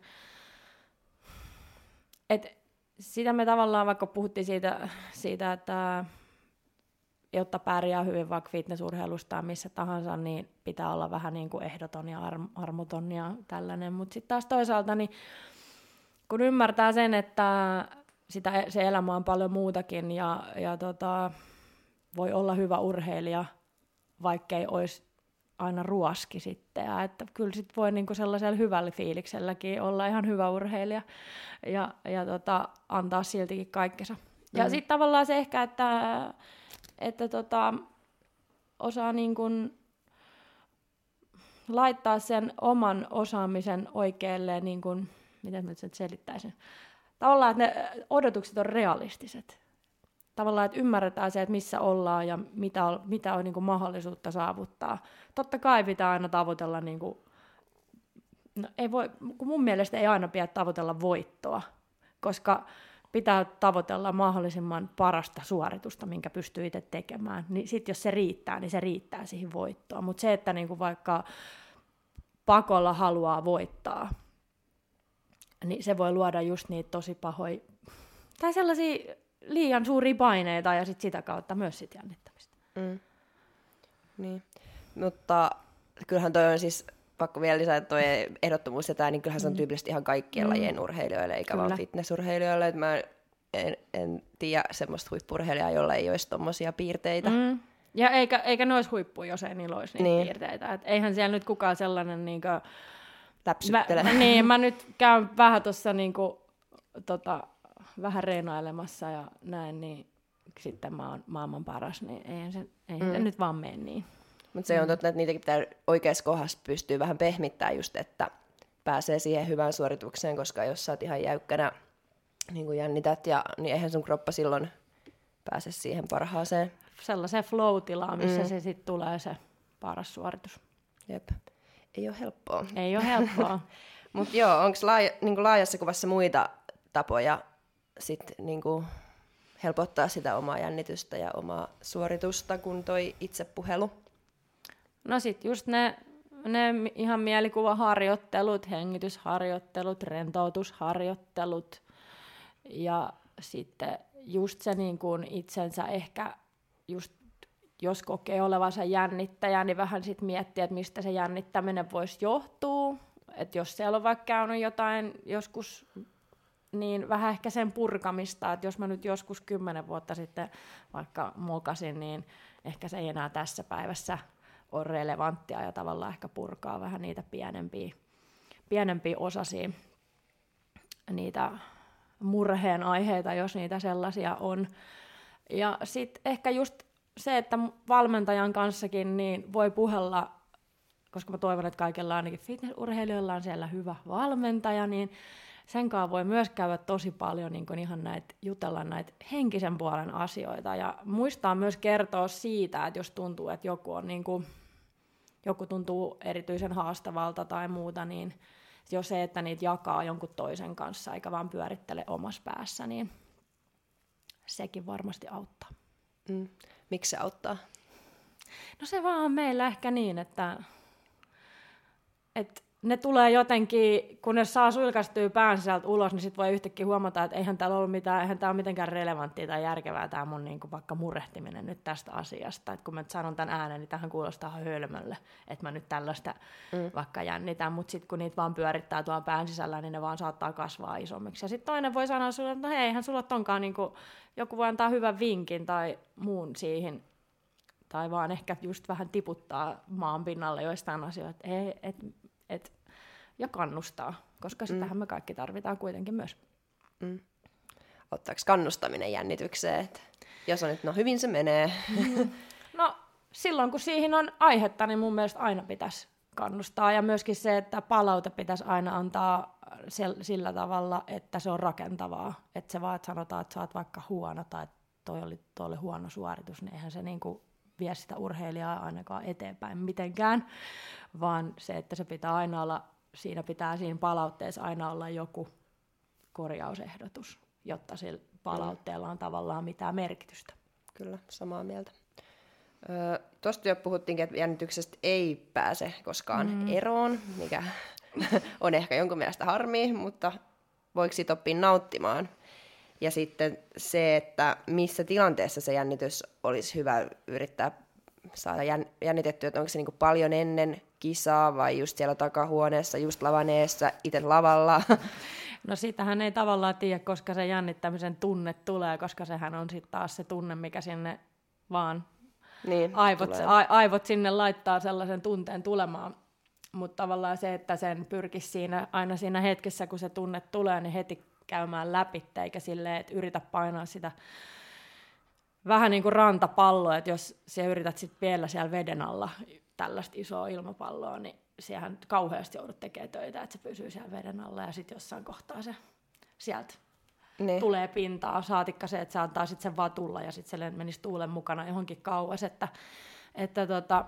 että sitä me tavallaan, vaikka puhuttiin siitä, siitä että jotta pärjää hyvin vaikka fitnessurheilusta tai missä tahansa, niin pitää olla vähän niin kuin ehdoton ja arm- armoton ja tällainen. Mutta sitten taas toisaalta, niin kun ymmärtää sen, että sitä, se elämä on paljon muutakin ja, ja tota, voi olla hyvä urheilija, vaikkei olisi aina ruoski sitten. Ja että kyllä sit voi niinku sellaisella hyvällä fiilikselläkin olla ihan hyvä urheilija ja, ja tota, antaa siltikin kaikkensa. Mm-hmm. Ja sitten tavallaan se ehkä, että, että tota, osaa niin kun laittaa sen oman osaamisen oikealle, niin kun, miten mä nyt selittäisin, tavallaan, että ne odotukset on realistiset. Tavallaan, että ymmärretään se, että missä ollaan ja mitä on, mitä on niin kuin mahdollisuutta saavuttaa. Totta kai pitää aina tavoitella, niin kuin, no ei voi, kun mun mielestä ei aina pidä tavoitella voittoa, koska pitää tavoitella mahdollisimman parasta suoritusta, minkä pystyy itse tekemään. Niin sitten jos se riittää, niin se riittää siihen voittoon. Mutta se, että niin kuin vaikka pakolla haluaa voittaa, niin se voi luoda just niitä tosi pahoja, tai sellaisia liian suuria paineita ja sit sitä kautta myös sit jännittämistä. Mm. Niin. Mutta kyllähän toi on siis, pakko vielä lisätä toi ehdottomuus ja tää, niin kyllähän se on tyypillisesti ihan kaikkien mm. lajien urheilijoille, eikä Kyllä. vaan fitnessurheilijoille. Et mä en, en tiedä semmoista huippu-urheilijaa, jolla ei olisi tommosia piirteitä. Mm. Ja eikä, eikä ne olisi huippuja, jos ei niillä olisi niitä niin. piirteitä. Et eihän siellä nyt kukaan sellainen niinkö läpsyttele. Mä, niin, mä nyt käyn vähän tuossa niinku, tota, vähän reenailemassa ja näin, niin sitten mä oon maailman paras, niin eihän se, eihän mm. se nyt vaan mene niin. Mutta se on totta, että niitäkin pitää oikeassa kohdassa pystyä vähän pehmittämään just, että pääsee siihen hyvään suoritukseen, koska jos sä oot ihan jäykkänä, niin kuin jännität, ja, niin eihän sun kroppa silloin pääse siihen parhaaseen. Sellaiseen flow-tilaan, missä mm. se sitten tulee se paras suoritus. Jep. Ei ole helppoa. Ei ole helppoa. Mutta joo, onko laaja, niin laajassa kuvassa muita tapoja sit, niin kuin helpottaa sitä omaa jännitystä ja omaa suoritusta kuin toi itsepuhelu? No sit just ne, ne ihan mielikuvaharjoittelut, hengitysharjoittelut, rentoutusharjoittelut ja sitten just se niin kuin itsensä ehkä just jos kokee olevansa jännittäjä, niin vähän sit miettiä, että mistä se jännittäminen voisi johtua. Että jos siellä on vaikka käynyt jotain joskus, niin vähän ehkä sen purkamista, että jos mä nyt joskus kymmenen vuotta sitten vaikka mokasin, niin ehkä se ei enää tässä päivässä ole relevanttia ja tavallaan ehkä purkaa vähän niitä pienempiä, pienempiä osasia, niitä murheen aiheita, jos niitä sellaisia on. Ja sitten ehkä just se, että valmentajan kanssakin niin voi puhella, koska mä toivon, että kaikilla ainakin fitnessurheilijoilla on siellä hyvä valmentaja, niin sen kanssa voi myös käydä tosi paljon niin ihan näitä, jutella näitä henkisen puolen asioita ja muistaa myös kertoa siitä, että jos tuntuu, että joku, on niin kuin, joku tuntuu erityisen haastavalta tai muuta, niin jo se, että niitä jakaa jonkun toisen kanssa eikä vaan pyörittele omassa päässä, niin sekin varmasti auttaa. Mm. Miksi se auttaa? No se vaan on meillä ehkä niin, että, että ne tulee jotenkin, kun ne saa sulkastua pään sisältä ulos, niin sitten voi yhtäkkiä huomata, että eihän täällä ollut mitään, eihän tämä ole mitenkään relevanttia tai järkevää tämä mun niin kuin vaikka murehtiminen nyt tästä asiasta. Että kun mä sanon tämän äänen, niin tähän kuulostaa hölmölle, että mä nyt tällaista mm. vaikka jännitän, mutta sitten kun niitä vaan pyörittää tuolla pään sisällä, niin ne vaan saattaa kasvaa isommiksi. Ja sitten toinen voi sanoa sulle, että no hei, eihän sulla tonkaan, niin kuin, joku voi antaa hyvän vinkin tai muun siihen, tai vaan ehkä just vähän tiputtaa maan pinnalle joistain asioista, ei, et, et, ja kannustaa, koska sitähän mm. me kaikki tarvitaan kuitenkin myös. Mm. Ottaako kannustaminen jännitykseen, että jos on nyt, no hyvin se menee? No silloin kun siihen on aihetta, niin mun mielestä aina pitäisi kannustaa, ja myöskin se, että palaute pitäisi aina antaa sillä tavalla, että se on rakentavaa, että se vaan että sanotaan, että sä oot vaikka huono tai toi oli, toi oli huono suoritus, niin eihän se niinku vie sitä urheilijaa ainakaan eteenpäin mitenkään, vaan se, että se pitää aina olla, siinä pitää siinä palautteessa aina olla joku korjausehdotus, jotta sillä palautteella on tavallaan mitään merkitystä. Kyllä, samaa mieltä. Öö, Tuosta jo puhuttiinkin, että jännityksestä ei pääse koskaan mm. eroon, mikä on ehkä jonkun mielestä harmi, mutta voiko siitä oppia nauttimaan? Ja sitten se, että missä tilanteessa se jännitys olisi hyvä yrittää saada jännitettyä, että onko se niinku paljon ennen kisaa vai just siellä takahuoneessa, just lavan eessä, itse lavalla. No sitähän ei tavallaan tiedä, koska se jännittämisen tunne tulee, koska sehän on sitten taas se tunne, mikä sinne vaan niin, aivot, a, aivot sinne laittaa sellaisen tunteen tulemaan. Mutta tavallaan se, että sen pyrkisi siinä, aina siinä hetkessä, kun se tunne tulee, niin heti käymään läpi, eikä silleen, että yritä painaa sitä vähän niin kuin rantapalloa, että jos sä yrität sitten piellä siellä veden alla tällaista isoa ilmapalloa, niin siihen kauheasti joudut tekemään töitä, että se pysyy siellä veden alla ja sitten jossain kohtaa se sieltä niin tulee pintaa. Saatikka se, että se antaa sitten sen vaan tulla ja sitten se menisi tuulen mukana johonkin kauas, että, että tota,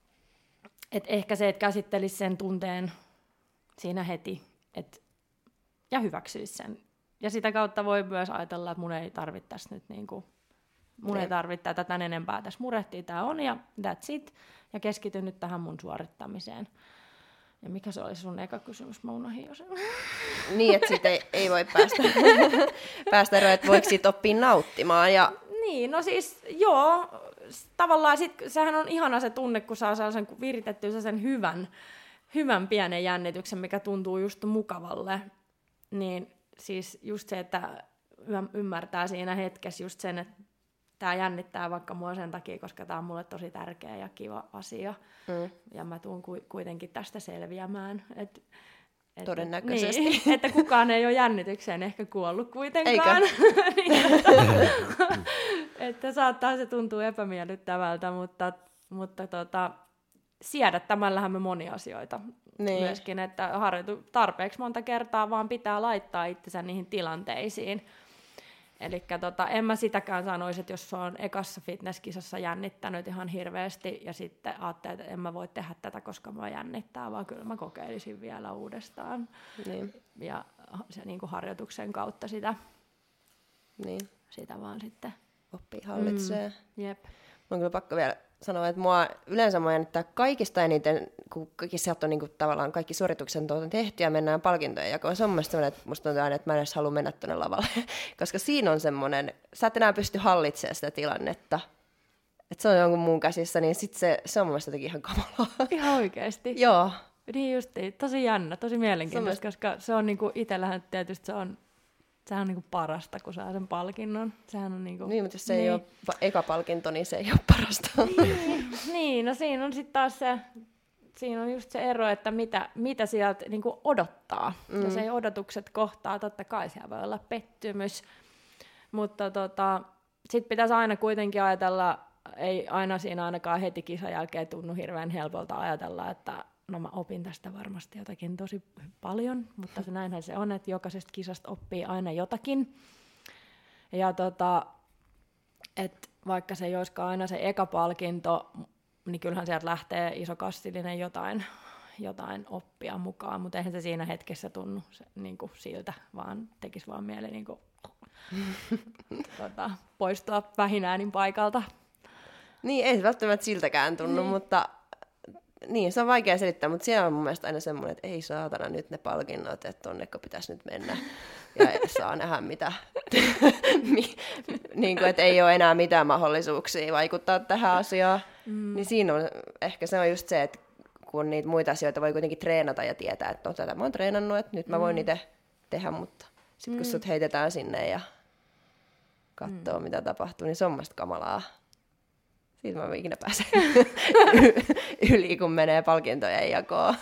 et ehkä se, että käsittelisi sen tunteen siinä heti et, ja hyväksyisi sen. Ja sitä kautta voi myös ajatella, että mun ei tarvittaisi nyt niinku, mun ei tarvitse tätä tän enempää tässä murehtia, tämä on ja that's it. Ja keskityn nyt tähän mun suorittamiseen. Ja mikä se oli sun eka kysymys? Mä unohdin jo sen. Niin, että siitä ei, ei voi päästä, päästä eroon, että voiko siitä oppia nauttimaan. Ja niin, no siis joo, tavallaan sit, sehän on ihana se tunne, kun saa sellaisen viritettyä sen hyvän, hyvän pienen jännityksen, mikä tuntuu just mukavalle. Niin siis just se, että ymmärtää siinä hetkessä just sen, että tämä jännittää vaikka mua sen takia, koska tämä on mulle tosi tärkeä ja kiva asia. Mm. Ja mä tuun ku- kuitenkin tästä selviämään. Et, et, todennäköisesti. Niin, että kukaan ei ole jännitykseen ehkä kuollut kuitenkaan. niin, että saattaa se tuntua epämiellyttävältä, mutta, mutta tota, siedättämällähän me moni asioita. Niin. Myöskin, että harjoitu tarpeeksi monta kertaa vaan pitää laittaa itsensä niihin tilanteisiin. Eli tota, en mä sitäkään sanoisi, että jos se on ekassa fitnesskisassa jännittänyt ihan hirveästi ja sitten ajattelee, että en mä voi tehdä tätä, koska mä jännittää, vaan kyllä mä kokeilisin vielä uudestaan. Niin. Ja se niin kuin harjoituksen kautta sitä, niin. sitä vaan sitten oppii hallitsee. Mm, jep. Mun on kyllä pakko vielä sanoa, että mua yleensä mua jännittää kaikista eniten, kun sieltä on niin kuin, tavallaan kaikki suoritukset on tehty ja mennään palkintojen jakoon. Se on mun mielestä, että musta on aina, että mä en edes halua mennä tuonne lavalle, koska siinä on semmoinen, sä et enää pysty hallitsemaan sitä tilannetta, että se on jonkun muun käsissä, niin sit se, se on mun mielestä jotenkin ihan kamalaa. Ihan oikeasti? Joo. Niin justiin, tosi jännä, tosi mielenkiintoista, koska se on niinku, itsellähän tietysti se on, sehän on niinku parasta, kun saa sen palkinnon. Sehän on niinku, niin, mutta jos se niin. ei ole eka palkinto, niin se ei ole parasta. Niin, niin no siinä on sitten taas se, siinä on just se ero, että mitä, mitä sieltä niinku odottaa. Mm. Ja se odotukset kohtaa, totta kai siellä voi olla pettymys, mutta tota, sitten pitäisi aina kuitenkin ajatella, ei aina siinä ainakaan heti kisan jälkeen tunnu hirveän helpolta ajatella, että no mä opin tästä varmasti jotakin tosi paljon, mutta se näinhän se on, että jokaisesta kisasta oppii aina jotakin. Ja tota, et vaikka se ei olisikaan aina se eka palkinto, niin kyllähän sieltä lähtee isokassillinen jotain, jotain oppia mukaan, mutta eihän se siinä hetkessä tunnu se, niin kuin siltä, vaan tekisi vaan mieli niin kuin, tota, poistua vähinäänin paikalta. Niin, ei se välttämättä siltäkään tunnu, niin. mutta niin, se on vaikea selittää, mutta siellä on mun mielestä aina semmoinen, että ei saatana nyt ne palkinnot, että tonneko pitäisi nyt mennä ja saa nähdä mitä, niin kuin, että ei ole enää mitään mahdollisuuksia vaikuttaa tähän asiaan. Mm. Niin siinä on, ehkä se on just se, että kun niitä muita asioita voi kuitenkin treenata ja tietää, että no tätä mä oon treenannut, että nyt mä voin mm. itse tehdä, mutta sitten kun mm. sut heitetään sinne ja katsoo mm. mitä tapahtuu, niin se on musta kamalaa. Siitä mä en ikinä pääse yli, kun menee palkintojen jakoon.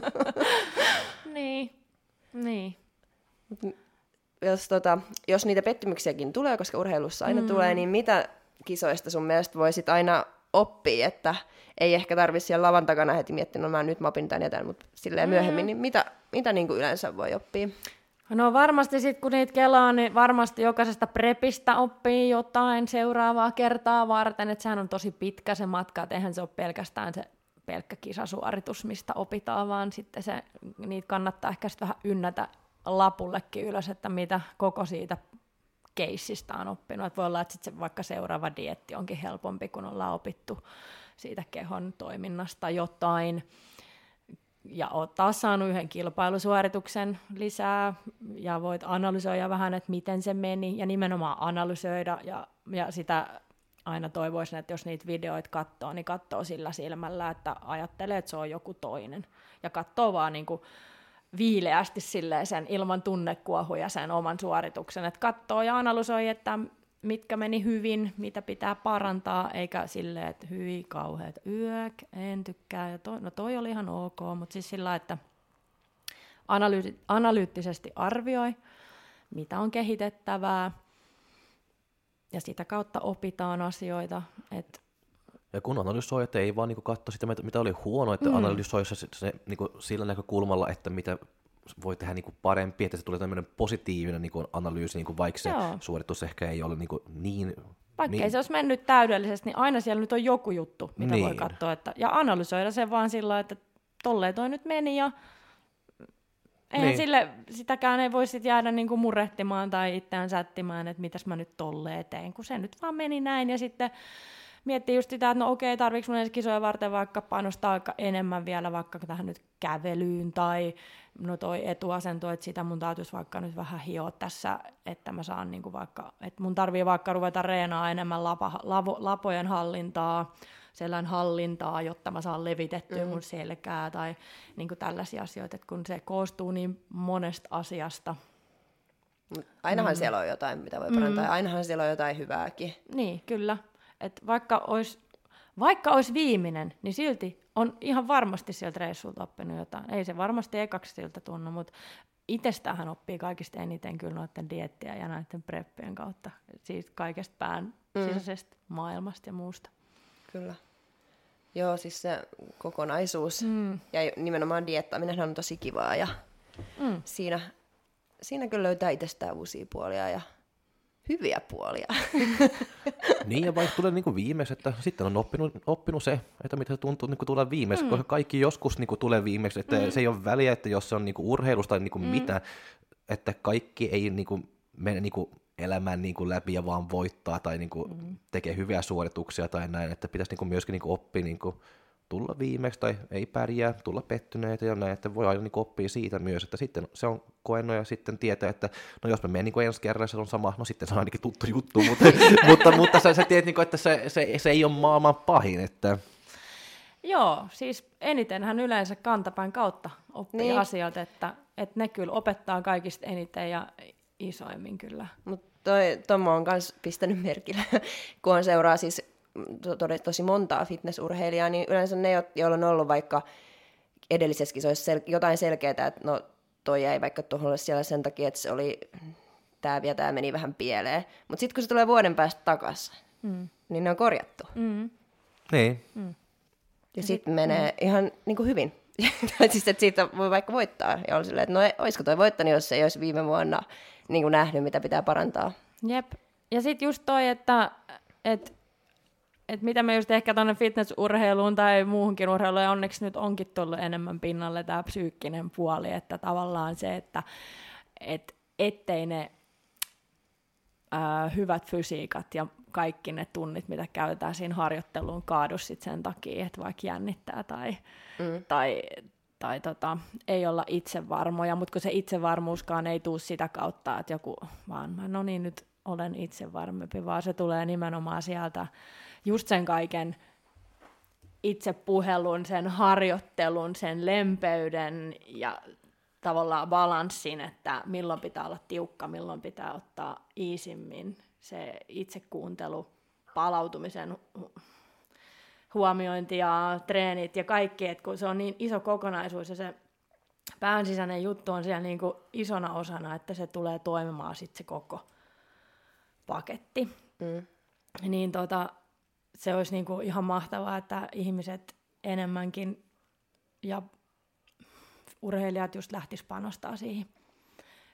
Niin, niin. Jos, tota, jos niitä pettymyksiäkin tulee, koska urheilussa aina mm. tulee, niin mitä kisoista sun mielestä voisit aina oppia, että ei ehkä tarvitse siellä lavan takana heti miettiä, no mä nyt mä opin tän ja tän, mutta silleen mm. myöhemmin, niin mitä, mitä niin kuin yleensä voi oppia? No varmasti sitten kun niitä kelaa, niin varmasti jokaisesta prepistä oppii jotain seuraavaa kertaa varten, että sehän on tosi pitkä se matka, että eihän se ole pelkästään se pelkkä kisasuoritus, mistä opitaan, vaan sitten se, niitä kannattaa ehkä sitten vähän ynnätä lapullekin ylös, että mitä koko siitä keissistä on oppinut. Että voi olla, että sitten se vaikka seuraava dieetti onkin helpompi, kun ollaan opittu siitä kehon toiminnasta jotain. Ja oot taas saanut yhden kilpailusuorituksen lisää ja voit analysoida vähän, että miten se meni ja nimenomaan analysoida ja, ja sitä aina toivoisin, että jos niitä videoita katsoo, niin katsoo sillä silmällä, että ajattelee, että se on joku toinen ja katsoo vaan niin kuin viileästi sen ilman tunnekuohuja sen oman suorituksen, että katsoo ja analysoi, että mitkä meni hyvin, mitä pitää parantaa, eikä silleen, että hyi kauheat yök, en tykkää, ja toi, no toi oli ihan ok, mutta siis sillä, että analyy- analyyttisesti arvioi, mitä on kehitettävää, ja sitä kautta opitaan asioita. Et ja kun analysoi, että ei vaan niinku katso sitä, mitä oli huono, että mm. analysoi se, se, se niinku sillä näkökulmalla, että mitä voi tehdä niinku parempi, että se tulee tämmöinen positiivinen niinku analyysi, niinku vaikka se Joo. suoritus ehkä ei ole niinku niin... Vaikka niin... ei se olisi mennyt täydellisesti, niin aina siellä nyt on joku juttu, mitä niin. voi katsoa. Että, ja analysoida sen vaan sillä, että tolleen toi nyt meni, ja eihän niin. sille, sitäkään ei voi sit jäädä niinku murehtimaan tai itseään sättimään, että mitäs mä nyt tolleen teen, kun se nyt vaan meni näin, ja sitten miettii just sitä, että no okei, tarviiko mun ensi kisoja varten vaikka panostaa aika enemmän vielä vaikka tähän nyt kävelyyn tai no toi etuasento, että sitä mun täytyisi vaikka nyt vähän hioa tässä, että mä saan niinku vaikka, että mun tarvii vaikka ruveta reenaa enemmän lapa, lavo, lapojen hallintaa, selän hallintaa, jotta mä saan levitettyä mm. mun selkää tai niinku tällaisia asioita, että kun se koostuu niin monesta asiasta. Ainahan mm. siellä on jotain, mitä voi parantaa, mm. ainahan siellä on jotain hyvääkin. Niin, kyllä. Et vaikka olisi vaikka olis viimeinen, niin silti on ihan varmasti sieltä reissulta oppinut jotain. Ei se varmasti ekaksi siltä tunnu, mutta itsestäänhän oppii kaikista eniten kyllä noiden dieettiä ja näiden preppien kautta. Siitä kaikesta pään mm. sisäisestä maailmasta ja muusta. Kyllä. Joo, siis se kokonaisuus mm. ja nimenomaan dieettaaminen on tosi kivaa ja mm. siinä, siinä kyllä löytää itsestään uusia puolia ja hyviä puolia. Niin, ja vaikka tulee niin viimeksi, että sitten on oppinut, oppinut se, että mitä se tuntuu niin tulla viimeksi, mm. koska kaikki joskus niin tulee viimeksi, että mm. se ei ole väliä, että jos se on niin urheilusta tai niin mm. mitä, että kaikki ei niin kuin mene niin kuin elämään niin kuin läpi ja vaan voittaa tai niin kuin mm. tekee hyviä suorituksia tai näin, että pitäisi niin kuin myöskin niin kuin oppia niin kuin tulla viimeksi tai ei pärjää, tulla pettyneitä ja näin, että voi aina niin oppia siitä myös, että sitten se on koenut ja sitten tietää, että no jos mä menen niin ensi kerralla se on sama, no sitten se on ainakin tuttu juttu, mutta, mutta, mutta sä, sä tiedät, niin kuin, että se, se, se ei ole maailman pahin. Että... Joo, siis enitenhän yleensä kantapäin kautta oppii niin. asiat, että, että ne kyllä opettaa kaikista eniten ja isoimmin kyllä. Mutta toi Tommo on myös pistänyt merkille, kun on seuraa siis to, tosi montaa fitnessurheilijaa, niin yleensä ne, joilla on ollut vaikka edellisessä kisoissa sel- jotain selkeää, että no toi jäi vaikka tuohon siellä sen takia, että se oli tämä ja tämä meni vähän pieleen. Mutta sitten kun se tulee vuoden päästä takaisin, mm. niin ne on korjattu. Mm. Niin. Mm. Ja sitten menee mm. ihan niin kuin hyvin. Siis, että siitä voi vaikka voittaa. Ja oli silleen, että no olisiko toi voittanut, jos ei olisi viime vuonna niin kuin nähnyt, mitä pitää parantaa. Jep. Ja sitten just toi, että et, et mitä me just ehkä tuonne fitnessurheiluun tai muuhunkin urheiluun, ja onneksi nyt onkin tullut enemmän pinnalle tämä psyykkinen puoli, että tavallaan se, että et, ettei ne ää, hyvät fysiikat ja kaikki ne tunnit, mitä käytetään siinä harjoitteluun, kaadu sit sen takia, että vaikka jännittää tai, mm. tai, tai tota, ei olla itsevarmoja, mutta kun se itsevarmuuskaan ei tule sitä kautta, että joku vaan, no niin, nyt olen itsevarmempi, vaan se tulee nimenomaan sieltä just sen kaiken itsepuhelun, sen harjoittelun, sen lempeyden ja tavallaan balanssin, että milloin pitää olla tiukka, milloin pitää ottaa iisimmin, se itsekuuntelu, palautumisen huomiointi ja treenit ja kaikki, että kun se on niin iso kokonaisuus ja se pään sisäinen juttu on siellä niin kuin isona osana, että se tulee toimimaan sitten se koko paketti. Mm. Niin tota, se olisi niin kuin ihan mahtavaa, että ihmiset enemmänkin ja urheilijat just lähtis panostaa siihen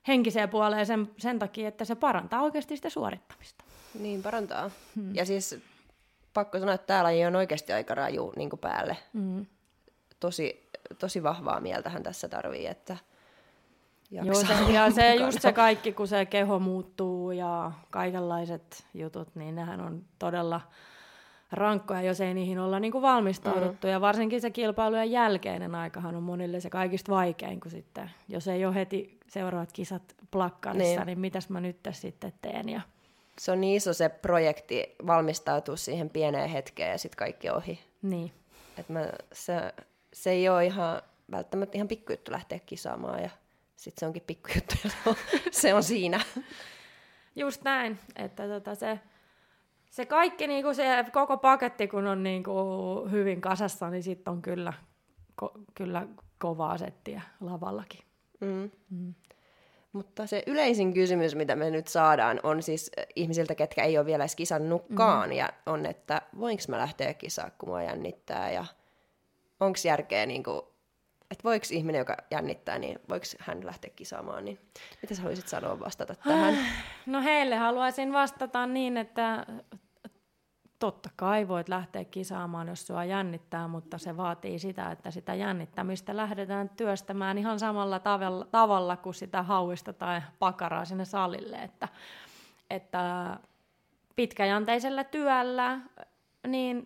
henkiseen puoleen sen, sen takia, että se parantaa oikeasti sitä suorittamista. Niin, parantaa. Hmm. Ja siis pakko sanoa, että tää laji on oikeasti aika raju niin kuin päälle. Hmm. Tosi, tosi vahvaa mieltähän tässä tarvii, että Joo, se, ja se just se kaikki, kun se keho muuttuu ja kaikenlaiset jutut, niin nehän on todella rankkoja, jos ei niihin olla niin kuin valmistauduttu. Mm. Ja varsinkin se kilpailujen jälkeinen aikahan on monille se kaikista vaikein, kun sitten, jos ei ole heti seuraavat kisat plakkarissa, niin, niin mitäs mä nyt tässä sitten teen. Ja se on niin iso se projekti valmistautua siihen pieneen hetkeen ja sitten kaikki ohi. Niin. Et mä, se, se ei ole ihan, välttämättä ihan pikkujuttu lähteä kisaamaan ja sitten se onkin pikkujuttu ja se on, se on siinä. Just näin, että tota se, se kaikki, niinku se koko paketti, kun on niinku hyvin kasassa, niin sitten on kyllä, ko, kyllä kovaa settiä lavallakin. Mm. Mm. Mutta se yleisin kysymys, mitä me nyt saadaan, on siis ihmisiltä, ketkä ei ole vielä edes kisannutkaan, mm-hmm. ja on, että voinko mä lähteä kisaan, kun mua jännittää, ja onko järkeä, niin kuin, että voiko ihminen, joka jännittää, niin voiko hän lähteä kisaamaan, niin mitä sä haluaisit sanoa vastata tähän? No heille haluaisin vastata niin, että totta kai voit lähteä kisaamaan, jos sua jännittää, mutta se vaatii sitä, että sitä jännittämistä lähdetään työstämään ihan samalla tavalla, tavalla kuin sitä hauista tai pakaraa sinne salille. Että, että pitkäjänteisellä työllä niin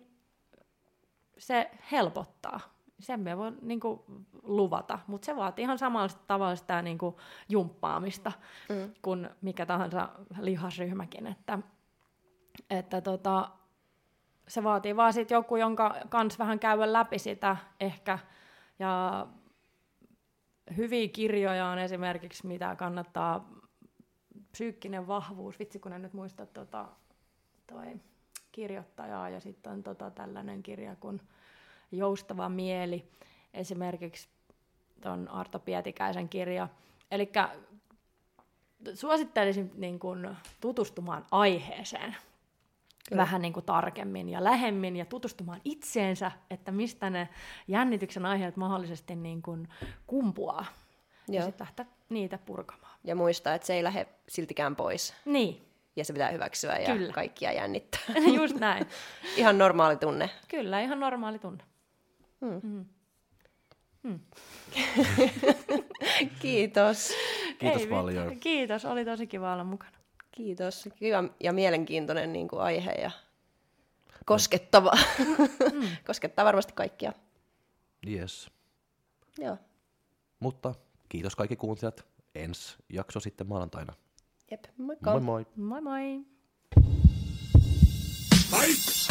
se helpottaa. Sen me voi niin kuin luvata, mutta se vaatii ihan samalla tavalla sitä niin kuin jumppaamista mm. kuin mikä tahansa lihasryhmäkin. Että, että tota, se vaatii vaan sit joku, jonka kanssa vähän käydä läpi sitä ehkä. Ja hyviä kirjoja on esimerkiksi, mitä kannattaa, psyykkinen vahvuus, vitsi kun en nyt muista tota, toi kirjoittajaa, ja sitten on tota, tällainen kirja kuin Joustava mieli, esimerkiksi ton Arto Pietikäisen kirja. Elikkä suosittelisin niin kun tutustumaan aiheeseen. Kyllä. Vähän niin kuin tarkemmin ja lähemmin ja tutustumaan itseensä, että mistä ne jännityksen aiheet mahdollisesti niin kuin kumpuaa. Joo. Ja sitten lähteä niitä purkamaan. Ja muistaa, että se ei lähde siltikään pois. Niin. Ja se pitää hyväksyä ja Kyllä. kaikkia jännittää. Just näin. Ihan normaali tunne. Kyllä, ihan normaali tunne. Hmm. Hmm. Hmm. Kiitos. Kiitos ei, paljon. Kiitos, oli tosi kiva olla mukana. Kiitos. Kiva ja mielenkiintoinen niin kuin aihe ja koskettava. Mm. Koskettaa varmasti kaikkia. Yes. Joo. Mutta kiitos kaikki kuuntelijat. Ensi jakso sitten maanantaina. Jep, moikka. Moi moi. Moi moi. Bye.